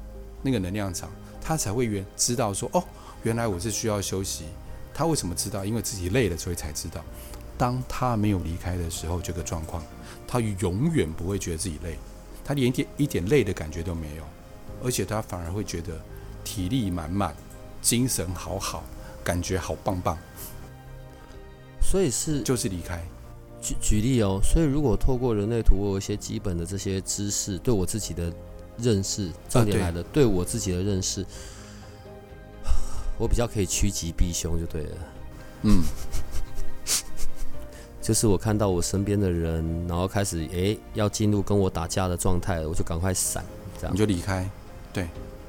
那个能量场，他才会原知道说，哦，原来我是需要休息。他为什么知道？因为自己累了，所以才知道。当他没有离开的时候，这个状况，他永远不会觉得自己累，他连一点一点累的感觉都没有，而且他反而会觉得体力满满，精神好好，感觉好棒棒。 所以是就是离开。 举举例哦，所以如果透过人类图，我有一些基本的这些知识，对我自己的认识，重点来了，啊、对, 对我自己的认识，我比较可以趋吉避凶就对了。 嗯， 就是我看到我身边的人，然后开始哎要进入跟我打架的状态了，我就赶快闪，这样你就离开，对，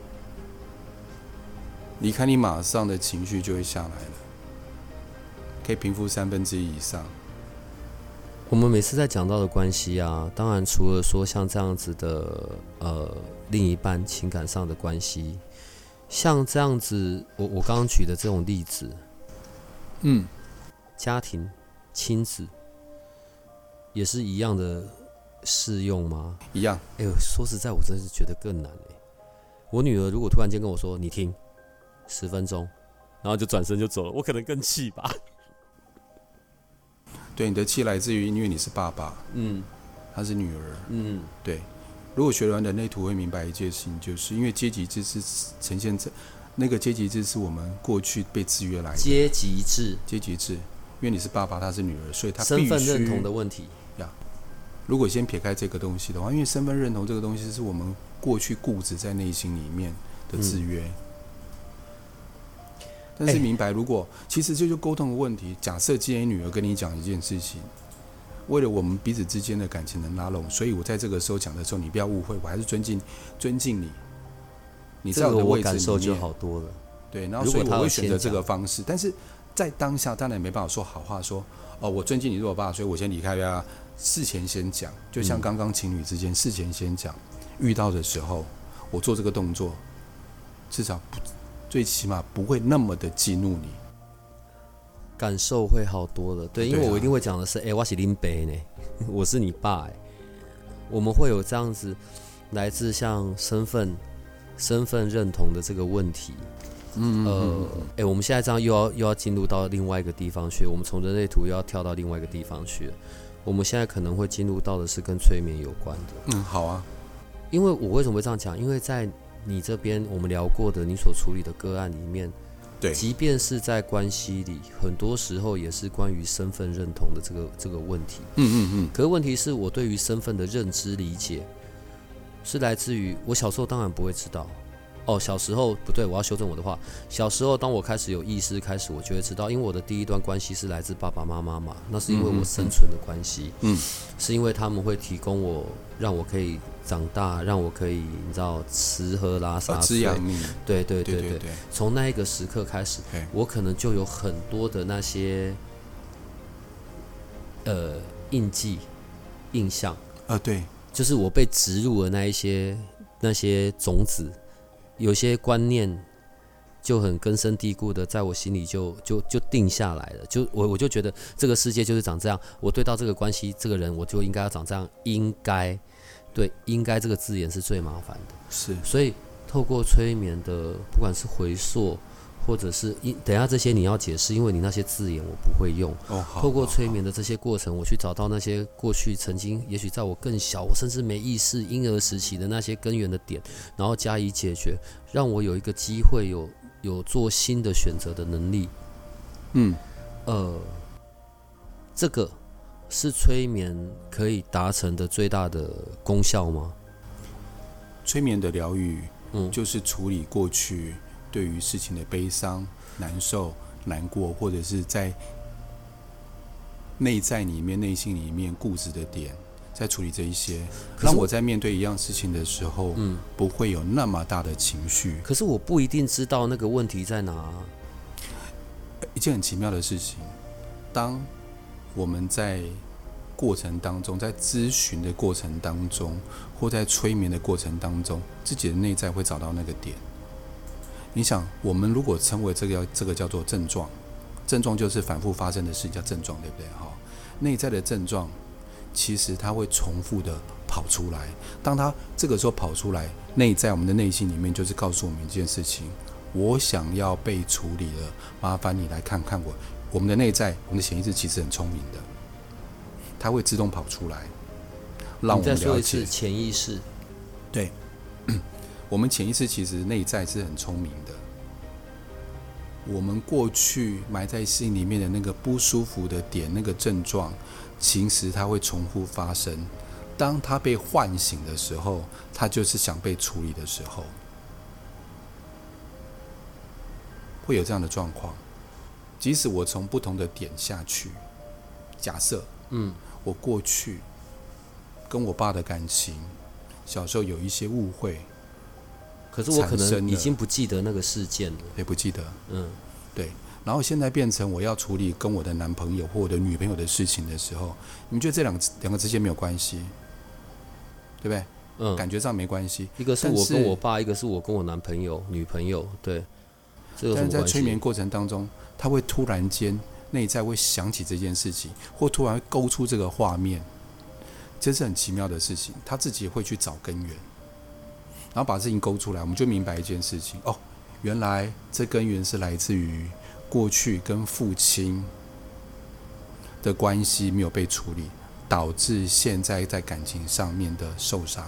离开你马上的情绪就会下来了，可以平复三分之一以上。 我们每次在讲到的关系啊，当然除了说像这样子的呃另一半情感上的关系，像这样子，我我刚刚举的这种例子， 嗯， 家庭、亲子也是一样的适用吗？ 一样。 哎呦，说实在，我真是觉得更难哎。我女儿如果突然间跟我说：“你听，十分钟”，然后就转身就走了，我可能更气吧。 对，你的气来自于因为你是爸爸， 嗯， 她是女儿， 嗯， 对。如果学完人类图会明白一件事情，就是因为阶级制是呈现在那个阶级制是我们过去被制约来的阶级制， 阶级制，因为你是爸爸，她是女儿，所以她身份认同的问题呀。如果先撇开这个东西的话，因为身份认同这个东西是我们过去固执在内心里面的制约。嗯，但是明白，如果其实这就沟通的问题。假设今天女儿跟你讲一件事情，为了我们彼此之间的感情能拉拢，所以我在这个时候讲的时候，你不要误会，我还是尊敬尊敬你。你在我的位置里面，这个我感受就好多了。 对，然后所以我会选择这个方式。但是在当下，当然没办法说好话说，说哦，我尊敬你是我爸，所以我先离开呀。事前先讲，就像刚刚情侣之间，事前先讲，遇到的时候，我做这个动作，至少不。最起码不会那么的激怒你， 感受会好多了。对，因为我一定会讲的是，哎、欸，我是林北呢，我是你爸哎。我们会有这样子来自像身份、身份认同的这个问题。嗯呃，哎、欸，我们现在这样又要又要进入到另外一个地方去，我们从人类图又要跳到另外一个地方去了。我们现在可能会进入到的是跟催眠有关的。 嗯，好啊。 因为我为什么会这样讲？因为在你这边我们聊过的你所处理的个案里面， 对， 即便是在关系里，很多时候也是关于身份认同的这个这个问题。 嗯嗯嗯。 可是问题是我对于身份的认知理解，是来自于我小时候当然不会知道。哦，小时候不对，我要修正我的话。小时候当我开始有意识开始，我就会知道，因为我的第一段关系是来自爸爸妈妈嘛，那是因为我生存的关系。 嗯， 是因为他们会提供我，让我可以长大，让我可以你知道吃喝拉撒睡，滋养你。 对对对对对。从那一个时刻开始，我可能就有很多的那些呃印记、印象。 啊，对， 就是我被植入的那一些那些种子。有些观念就很根深蒂固的，在我心里就就就定下来了。就我我就觉得这个世界就是长这样，我对到这个关系、这个人，我就应该要长这样。应该，对，应该这个字眼是最麻烦的。 是， 所以透过催眠的，不管是回溯，或者是等一下这些你要解释，因为你那些字眼我不会用。 哦，好。 透过催眠的这些过程，我去找到那些过去曾经，也许在我更小，我甚至没意识婴儿时期的那些根源的点，然后加以解决，让我有一个机会有有做新的选择的能力。 嗯， 呃，这个是催眠可以达成的最大的功效吗？ 催眠的疗愈，嗯，就是处理过去对于事情的悲伤、难受、难过，或者是在内在里面、内心里面固执的点，在处理这一些，让我在面对一样事情的时候，嗯，不会有那么大的情绪。 可是我不一定知道那个问题在哪。 一件很奇妙的事情，当我们在过程当中，在咨询的过程当中，或在催眠的过程当中，自己的内在会找到那个点。你想，我们如果称为这个这个叫做症状，症状就是反复发生的事，叫症状，对不对？哈，内在的症状， 其实它会重复的跑出来。当它这个时候跑出来，内在我们的内心里面就是告诉我们一件事情：我想要被处理了，麻烦你来看看我。我们的内在，我们的潜意识其实很聪明的，它会自动跑出来，让我们了解。 你再说一次，潜意识。 对，我们潜意识其实内在是很聪明的。我们过去埋在心里面的那个不舒服的点，那个症状，其实它会重复发生。当它被唤醒的时候，它就是想被处理的时候，会有这样的状况。即使我从不同的点下去，假设，嗯，我过去跟我爸的感情，小时候有一些误会。 可是我可能已经不记得那个事件了， 也不记得， 嗯， 对。然后现在变成我要处理跟我的男朋友或我的女朋友的事情的时候，你们觉得这两个两个之间没有关系，对不对？嗯，感觉上没关系。 一个是我跟我爸，一个是我跟我男朋友、女朋友，对。这有什么关系？ 但是在催眠过程当中，他会突然间内在会想起这件事情，或突然会勾出这个画面，这是很奇妙的事情。他自己会去找根源。然后把事情勾出来，我们就明白一件事情哦，原来这根源是来自于过去跟父亲的关系没有被处理，导致现在在感情上面的受伤。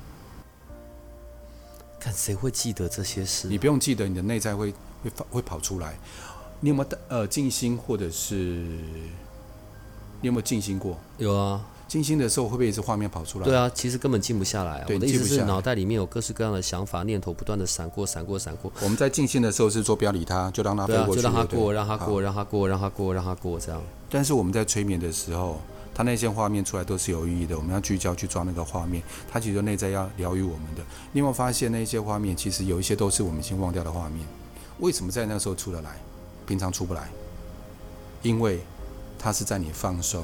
看谁会记得这些事？ 你不用记得，你的内在会会会跑出来。你有没有呃静心，或者是你有没有静心过？ 有啊。 静心的时候会不会一直画面跑出来？ 对啊，其实根本静不下来啊。我的意思是，脑袋里面有各式各样的想法、念头，不断的闪过、闪过、闪过。 我们在静心的时候是说不要理它，就让它飞过去， 对啊，就让它过，让它过，让它过，让它过，让它过，这样。 但是我们在催眠的时候，它那些画面出来都是有意义的，我们要聚焦去抓那个画面，它其实内在要疗愈我们的。你有没有发现那些画面，其实有一些都是我们已经忘掉的画面？为什么在那时候出得来，平常出不来？因为它是在你放松。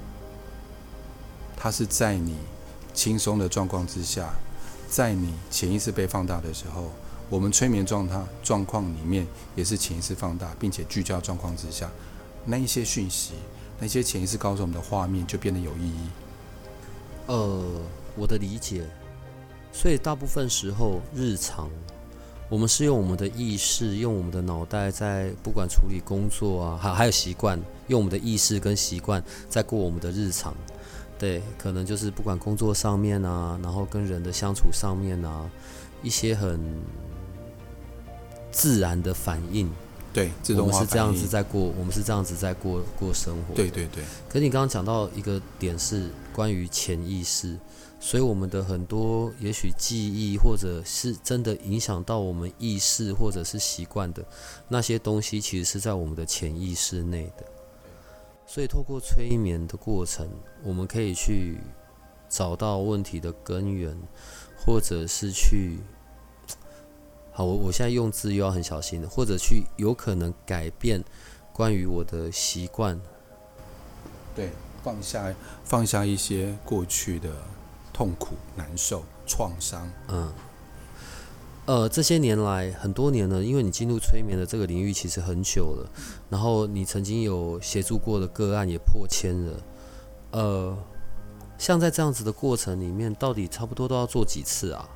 它是在你轻松的状况之下，在你潜意识被放大的时候，我们催眠状态状况里面也是潜意识放大，并且聚焦状况之下，那一些讯息，那些潜意识告诉我们的画面就变得有意义。 呃，我的理解，所以大部分时候日常，我们是用我们的意识，用我们的脑袋在不管处理工作啊，还还有习惯，用我们的意识跟习惯在过我们的日常。对，可能就是不管工作上面啊，然后跟人的相处上面啊，一些很自然的反应。 对，自动化反应。 我们是这样子在过，我们是这样子在过过生活。 对对对。 可是你刚刚讲到一个点是关于潜意识，所以我们的很多也许记忆，或者是真的影响到我们意识或者是习惯的那些东西，其实是在我们的潜意识内的。所以透过催眠的过程，我们可以去找到问题的根源，或者是去，好，我我现在用字又要很小心了，或者去有可能改变关于我的习惯。 对，放下放下一些过去的痛苦、难受、创伤。 嗯。呃，这些年来很多年了，因为你进入催眠的这个领域其实很久了，然后你曾经有协助过的个案也破千了，呃，像在这样子的过程里面，到底差不多都要做几次啊？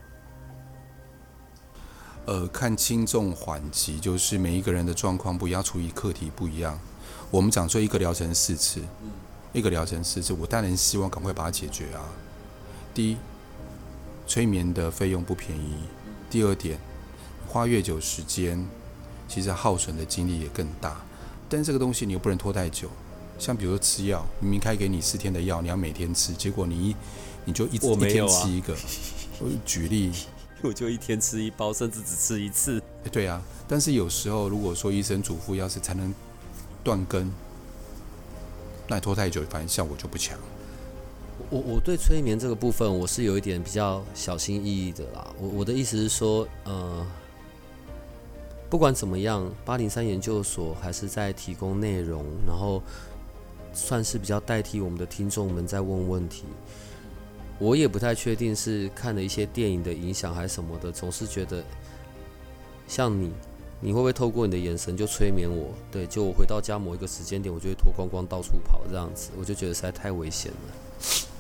呃，看轻重缓急，就是每一个人的状况不一样，处理课题不一样。我们讲说一个疗程四次，一个疗程四次，我当然希望赶快把它解决啊。第一，催眠的费用不便宜。第二点，花越久时间，其实耗损的精力也更大。但是这个东西你又不能拖太久，像比如说吃药，明明开给你四天的药，你要每天吃，结果你一你就一、啊、一天吃一个。我举例， 我就一天吃一包，甚至只吃一次。 对啊，但是有时候如果说医生嘱咐要是才能断根，那你拖太久，反正效果就不强。 我我对催眠这个部分，我是有一点比较小心翼翼的啦。我我的意思是说，呃，不管怎么样，八零三研究所还是在提供内容，然后算是比较代替我们的听众们在问问题。我也不太确定是看了一些电影的影响还是什么的，总是觉得像你，你会不会透过你的眼神就催眠我？对，就我回到家某一个时间点，我就会脱光光到处跑这样子，我就觉得实在太危险了。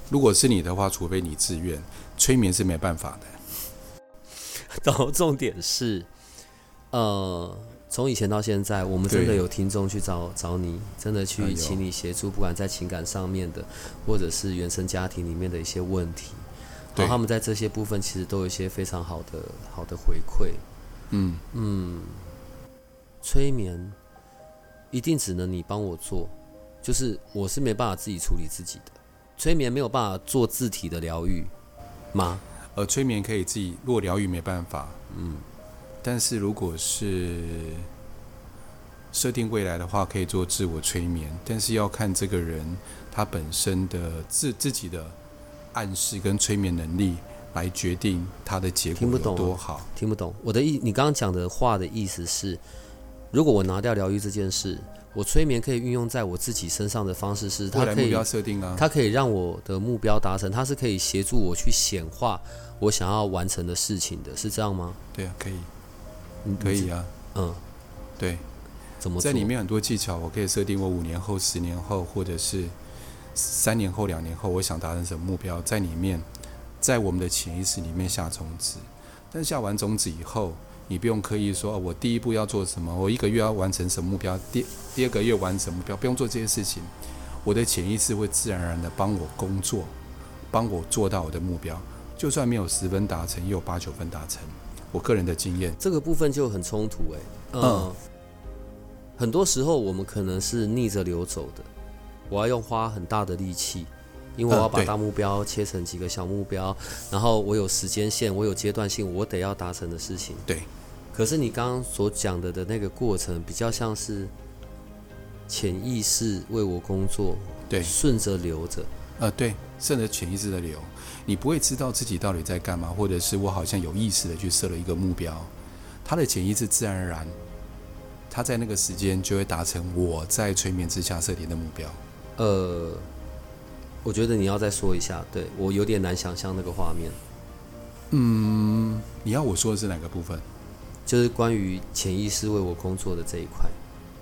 如果是你的话，除非你自愿，催眠是没办法的。 然后重点是，呃，从以前到现在，我们真的有听众去找找你，真的去请你协助，不管在情感上面的，或者是原生家庭里面的一些问题，然后他们在这些部分其实都有一些非常好的好的回馈。嗯嗯，催眠一定只能你帮我做，就是我是没办法自己处理自己的。催眠没有办法做自体的疗愈吗？ 呃，催眠可以自己，如果疗愈没办法，嗯，但是如果是设定未来的话，可以做自我催眠，但是要看这个人他本身的自自己的暗示跟催眠能力来决定他的结果有多好。 听不懂我的意，你刚刚讲的话的意思是，如果我拿掉疗愈这件事，我催眠可以运用在我自己身上的方式是，它可以目标设定啊， 它可以让我的目标达成，它是可以协助我去显化我想要完成的事情的，是这样吗？ 对啊，可以，可以啊，嗯，对， 怎么做？ 在里面很多技巧，我可以设定我五年后、十年后，或者是三年后、两年后，我想达成什么目标，在里面，在我们的潜意识里面下种子。但下完种子以后，你不用刻意说，哦，我第一步要做什么，我一个月要完成什么目标，第第二个月完成什么目标，不用做这些事情。我的潜意识会自然而然的帮我工作，帮我做到我的目标。就算没有十分达成，也有八九分达成。我个人的经验， 这个部分就很冲突哎、欸。嗯，嗯很多时候我们可能是逆着流走的，我要用花很大的力气。因为我要把大目标切成几个小目标，然后我有时间线，我有阶段性，我得要达成的事情。 对。 可是你刚刚所讲的的那个过程，比较像是潜意识为我工作， 对， 顺着流着。 呃，对，顺着潜意识的流，你不会知道自己到底在干嘛，或者是我好像有意识的去设了一个目标，他的潜意识自然而然，他在那个时间就会达成我在催眠之下设定的目标。 呃。我觉得你要再说一下，对，我有点难想象那个画面。 嗯，你要我说的是哪个部分？ 就是关于潜意识为我工作的这一块。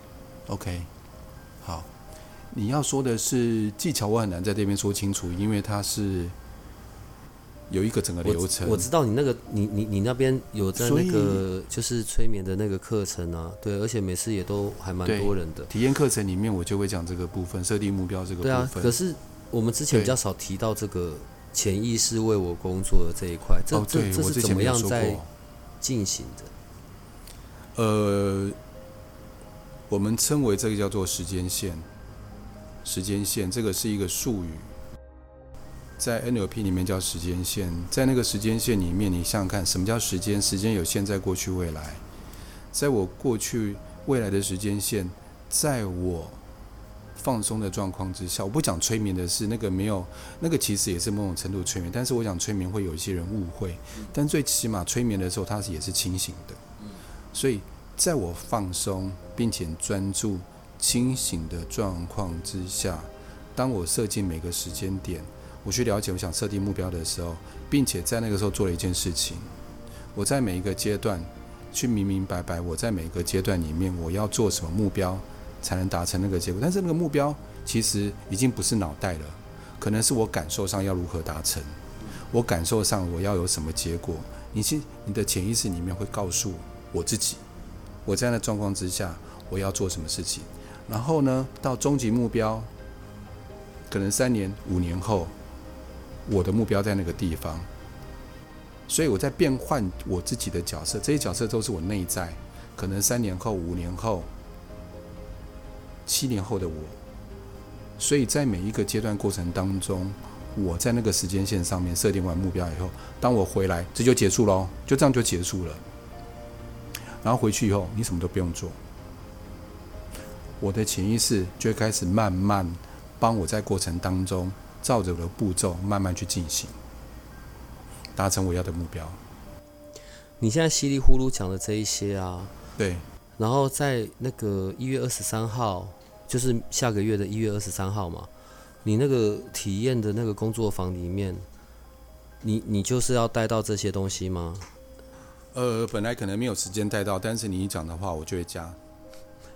OK， 好，你要说的是技巧，我很难在这边说清楚，因为它是有一个整个流程。 我, 我知道你那个，你你你那边有在那个就是催眠的那个课程啊，对，而且每次也都还蛮多人的。 体验课程里面我就会讲这个部分，设定目标这个部分。对啊， 可是。我们之前比较少提到这个潜意识为我工作的这一块，这、 哦、 这这是怎么样在进行的？ 呃，我们称为这个叫做时间线。时间线这个是一个术语，在 N L P 里面叫时间线。在那个时间线里面，你想想看，什么叫时间？时间有现在、过去、未来。在我过去、未来的时间线，在我放松的状况之下，我不讲催眠的是那个没有，那个其实也是某种程度催眠，但是我讲催眠会有一些人误会，但最起码催眠的时候它也是清醒的，所以在我放松并且专注清醒的状况之下，当我设进每个时间点，我去了解我想设定目标的时候，并且在那个时候做了一件事情，我在每一个阶段去明明白白我在每个阶段里面我要做什么目标才能达成那个结果，但是那个目标其实已经不是脑袋了，可能是我感受上要如何达成，我感受上我要有什么结果，你其你的潜意识里面会告诉我自己，我在那状况之下我要做什么事情，然后呢，到终极目标，可能三年、五年后，我的目标在那个地方，所以我在变换我自己的角色，这些角色都是我内在，可能三年后、五年后。七年后的我，所以在每一个阶段过程当中，我在那个时间线上面设定完目标以后，当我回来，这就结束了，就这样就结束了。然后回去以后，你什么都不用做，我的潜意识就会开始慢慢帮我在过程当中，照着我的步骤慢慢去进行，达成我要的目标。 你现在稀里糊涂讲的这一些啊， 对， 然后在那个一月二十三号。就是下个月的一月二十三号嘛，你那个体验的那个工作坊里面，你你就是要带到这些东西吗？ 呃，本来可能没有时间带到，但是你一讲的话，我就会加。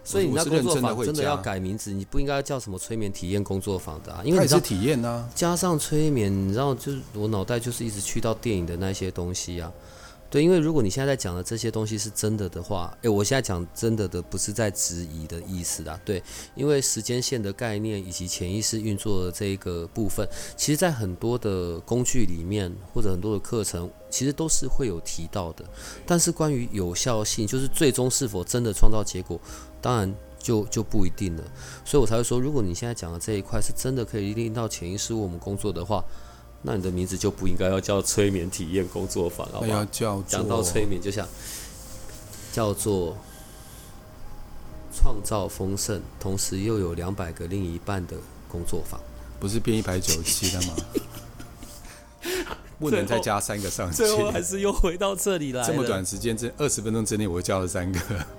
所以你那工作坊真的要改名字，你不应该叫什么催眠体验工作坊的啊，因为它也是体验啊。 加上催眠，你知道，就是我脑袋就是一直去到电影的那些东西啊。对，因为如果你现在在讲的这些东西是真的的话，哎，我现在讲真的的不是在质疑的意思啦。对，因为时间线的概念以及潜意识运作的这一个部分，其实在很多的工具里面或者很多的课程，其实都是会有提到的。但是关于有效性，就是最终是否真的创造结果，当然就就不一定了。所以我才会说，如果你现在讲的这一块是真的可以令到潜意识为我们工作的话，那你的名字就不应该要叫催眠体验工作坊，好不好？ 要叫做讲到催眠，就像叫做创造丰盛，同时又有两百个另一半的工作坊， 不是变一百九十七的吗？不能再加三个上去。 最后还是又回到这里来了。 这么短时间，这二十分钟之内，我叫了三个。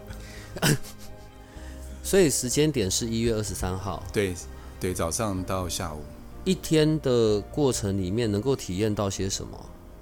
所以时间点是一月二十三号。 对对，早上到下午。 一天的过程里面能够体验到些什么？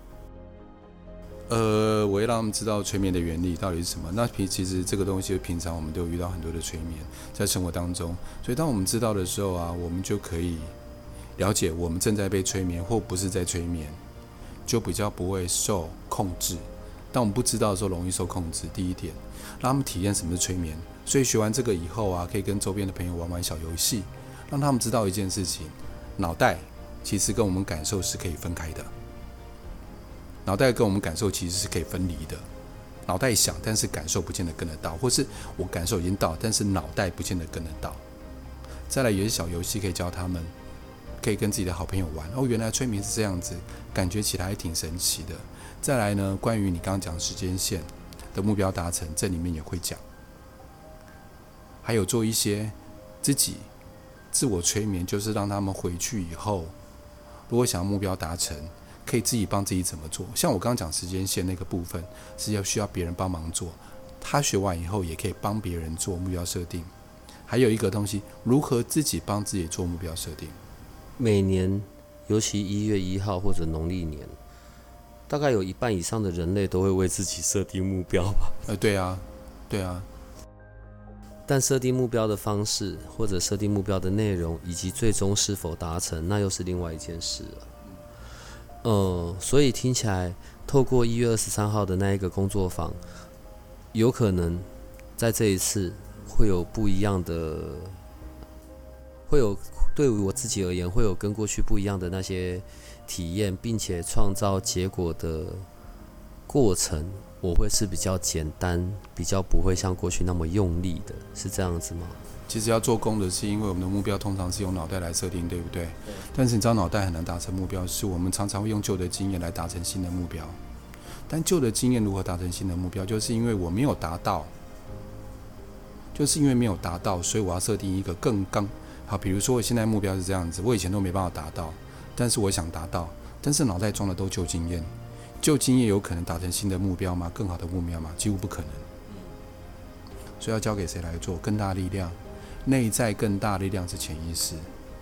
呃，我会让他们知道催眠的原理到底是什么。那其实这个东西平常我们都有遇到很多的催眠在生活当中，所以当我们知道的时候啊，我们就可以了解我们正在被催眠或不是在催眠，就比较不会受控制。当我们不知道的时候容易受控制，第一点让他们体验什么是催眠。所以学完这个以后啊，可以跟周边的朋友玩玩小游戏，让他们知道一件事情，脑袋其实跟我们感受是可以分开的，脑袋跟我们感受其实是可以分离的。脑袋想，但是感受不见得跟得到，或是我感受已经到，但是脑袋不见得跟得到。再来有些小游戏可以教他们，可以跟自己的好朋友玩。哦，原来催眠是这样子，感觉起来还挺神奇的。再来呢，关于你刚刚讲时间线的目标达成，这里面也会讲。还有做一些自己自我催眠，就是让他们回去以后，如果想要目标达成，可以自己帮自己怎么做。像我刚刚讲时间线那个部分，是要需要别人帮忙做，他学完以后也可以帮别人做目标设定。还有一个东西，如何自己帮自己做目标设定。 每年，尤其一月一号或者农历年，大概有一半以上的人类都会为自己设定目标吧？ 呃，对啊，对啊。 但设定目标的方式，或者设定目标的内容，以及最终是否达成，那又是另外一件事了。呃，所以听起来，透过一月二十三号的那一个工作坊，有可能在这一次会有不一样的，会有对于我自己而言，会有跟过去不一样的那些体验，并且创造结果的过程。我会是比较简单，比较不会像过去那么用力的，是这样子吗？ 其实要做功的是因为我们的目标通常是用脑袋来设定，对不对？对。但是你知道脑袋很难达成目标，是我们常常会用旧的经验来达成新的目标。但旧的经验如何达成新的目标，就是因为我没有达到，就是因为没有达到，所以我要设定一个更刚好。比如说我现在目标是这样子，我以前都没办法达到，但是我想达到，但是脑袋装的都旧经验。旧经验有可能达成新的目标吗？更好的目标吗？几乎不可能。所以要交给谁来做？更大力量，内在更大力量是潜意识。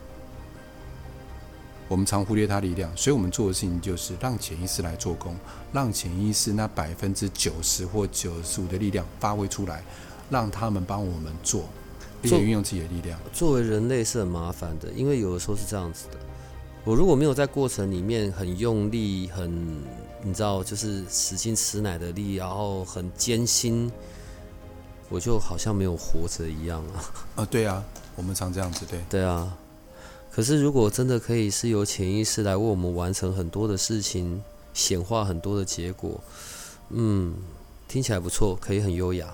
我们常忽略它力量，所以我们做的事情就是让潜意识来做工，让潜意识那百分之九十或九十五的力量发挥出来，让他们帮我们做，并且运用自己的力量。 作为人类是很麻烦的，因为有的时候是这样子的。我如果没有在过程里面很用力，很你知道，就是使劲吃奶的力，然后很艰辛，我就好像没有活着一样啊。 啊，对啊，我们常这样子，对。 对啊，可是如果真的可以是由潜意识来为我们完成很多的事情，显化很多的结果，嗯，听起来不错，可以很优雅。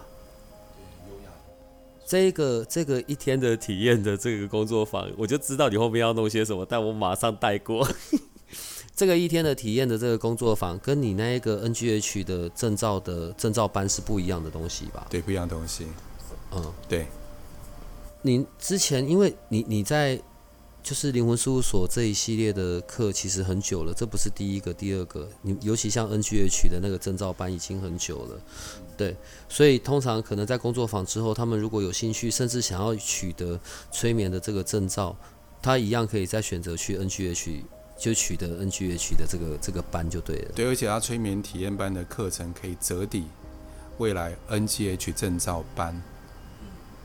这个这个一天的体验的这个工作坊，我就知道你后面要弄些什么，但我马上带过。这个一天的体验的这个工作坊，跟你那一个 N G H 的证照的证照班是不一样的东西吧？ 对，不一样的东西。 嗯， 对。 你之前，因为你你在就是灵魂事务所这一系列的课其实很久了，这不是第一个、第二个。你尤其像 N G H 的那个证照班已经很久了。对，所以通常可能在工作坊之后，他们如果有兴趣，甚至想要取得催眠的这个证照，他一样可以再选择去 N G H， 就取得 N G H 的这个这个班就对了。 对，而且他催眠体验班的课程可以折抵未来 N G H 证照班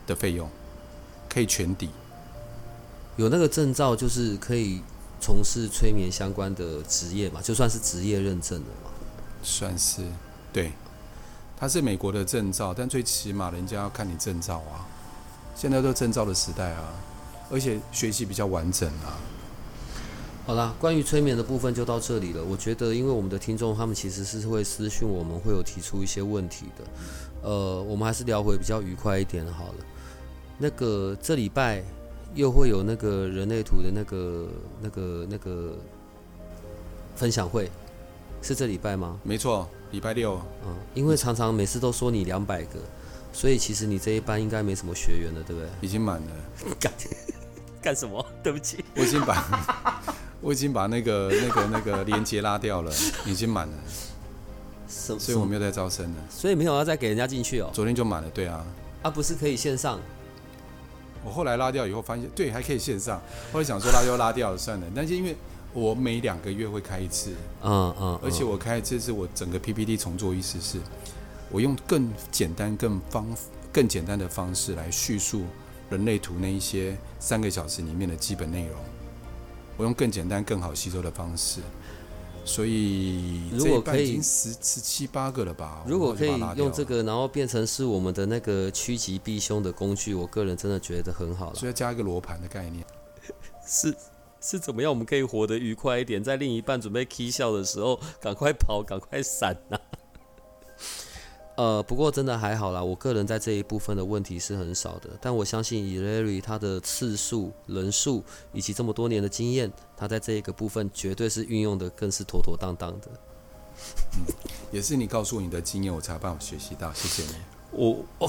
的费用，可以全抵。 有那个证照就是可以从事催眠相关的职业嘛，就算是职业认证的嘛。 算是，对，它是美国的证照，但最起码人家要看你证照啊。现在都证照的时代啊，而且学习比较完整啊。 好啦，关于催眠的部分就到这里了。我觉得，因为我们的听众他们其实是会私讯我们，会有提出一些问题的。呃，我们还是聊回比较愉快一点好了。那个这礼拜又会有那个人类图的那个、那个、那个分享会，是这礼拜吗？ 没错，礼拜六。 嗯，因为常常每次都说你两百个，所以其实你这一班应该没什么学员了，对不对？ 已经满了。 干干什么？对不起， 我已经把。我已经把那个、那个、那个连结拉掉了，已经满了，所以我没有再招生了。 所以没有要再给人家进去哦。 昨天就满了，对啊。 啊，不是可以线上？ 我后来拉掉以后发现，对，还可以线上。后来想说拉就拉掉了，算了。但是因为我每两个月会开一次， 嗯嗯， 而且我开这次我整个 P P T 重做，意思是，我用更简单、更方、更简单的方式来叙述人类图那一些三个小时里面的基本内容。我用更简单、更好吸收的方式，所以如果可以， 已经十十七八个了吧？ 如果可以用这个，然后变成是我们的那个趋吉避凶的工具，我个人真的觉得很好了。 所以要加一个罗盘的概念， 是是怎么样？我们可以活得愉快一点，在另一半准备 K 笑的时候，赶快跑，赶快闪呐、啊！呃，不过真的还好啦，我个人在这一部分的问题是很少的，但我相信以 Larry 他的次数、人数以及这么多年的经验，他在这一个部分绝对是运用的更是妥妥当当的。 嗯，也是你告诉我你的经验，我才有办法学习到，谢谢你。 我我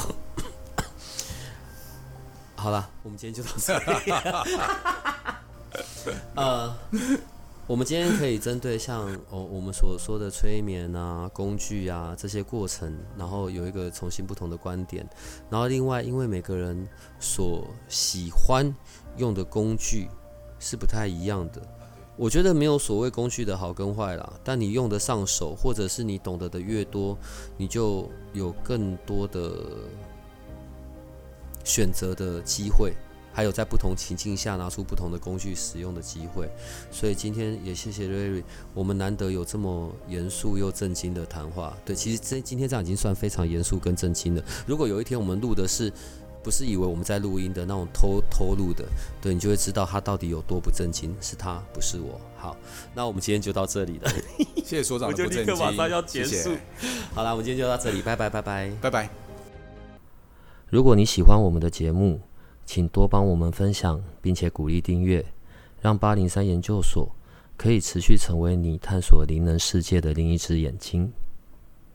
好啦，我们今天就到这里。呃。我们今天可以针对像、哦、我们所说的催眠啊、工具啊这些过程，然后有一个重新不同的观点。然后另外，因为每个人所喜欢用的工具是不太一样的，我觉得没有所谓工具的好跟坏啦。但你用得上手，或者是你懂得的越多，你就有更多的选择的机会。还有在不同情境下拿出不同的工具使用的机会，所以今天也谢谢瑞瑞，我们难得有这么严肃又震惊的谈话。对，其实这今天这样已经算非常严肃跟震惊了。如果有一天我们录的是不是以为我们在录音的那种偷偷录的，对，你就会知道他到底有多不正经，是他不是我。好，那我们今天就到这里了。 谢谢所长的不正经， 我就立刻马上要结束。 谢谢好啦，我们今天就到这里，拜拜拜拜拜拜。 如果你喜欢我们的节目，请多帮我们分享，并且鼓励订阅，让八零三研究所可以持续成为你探索灵能世界的另一只眼睛。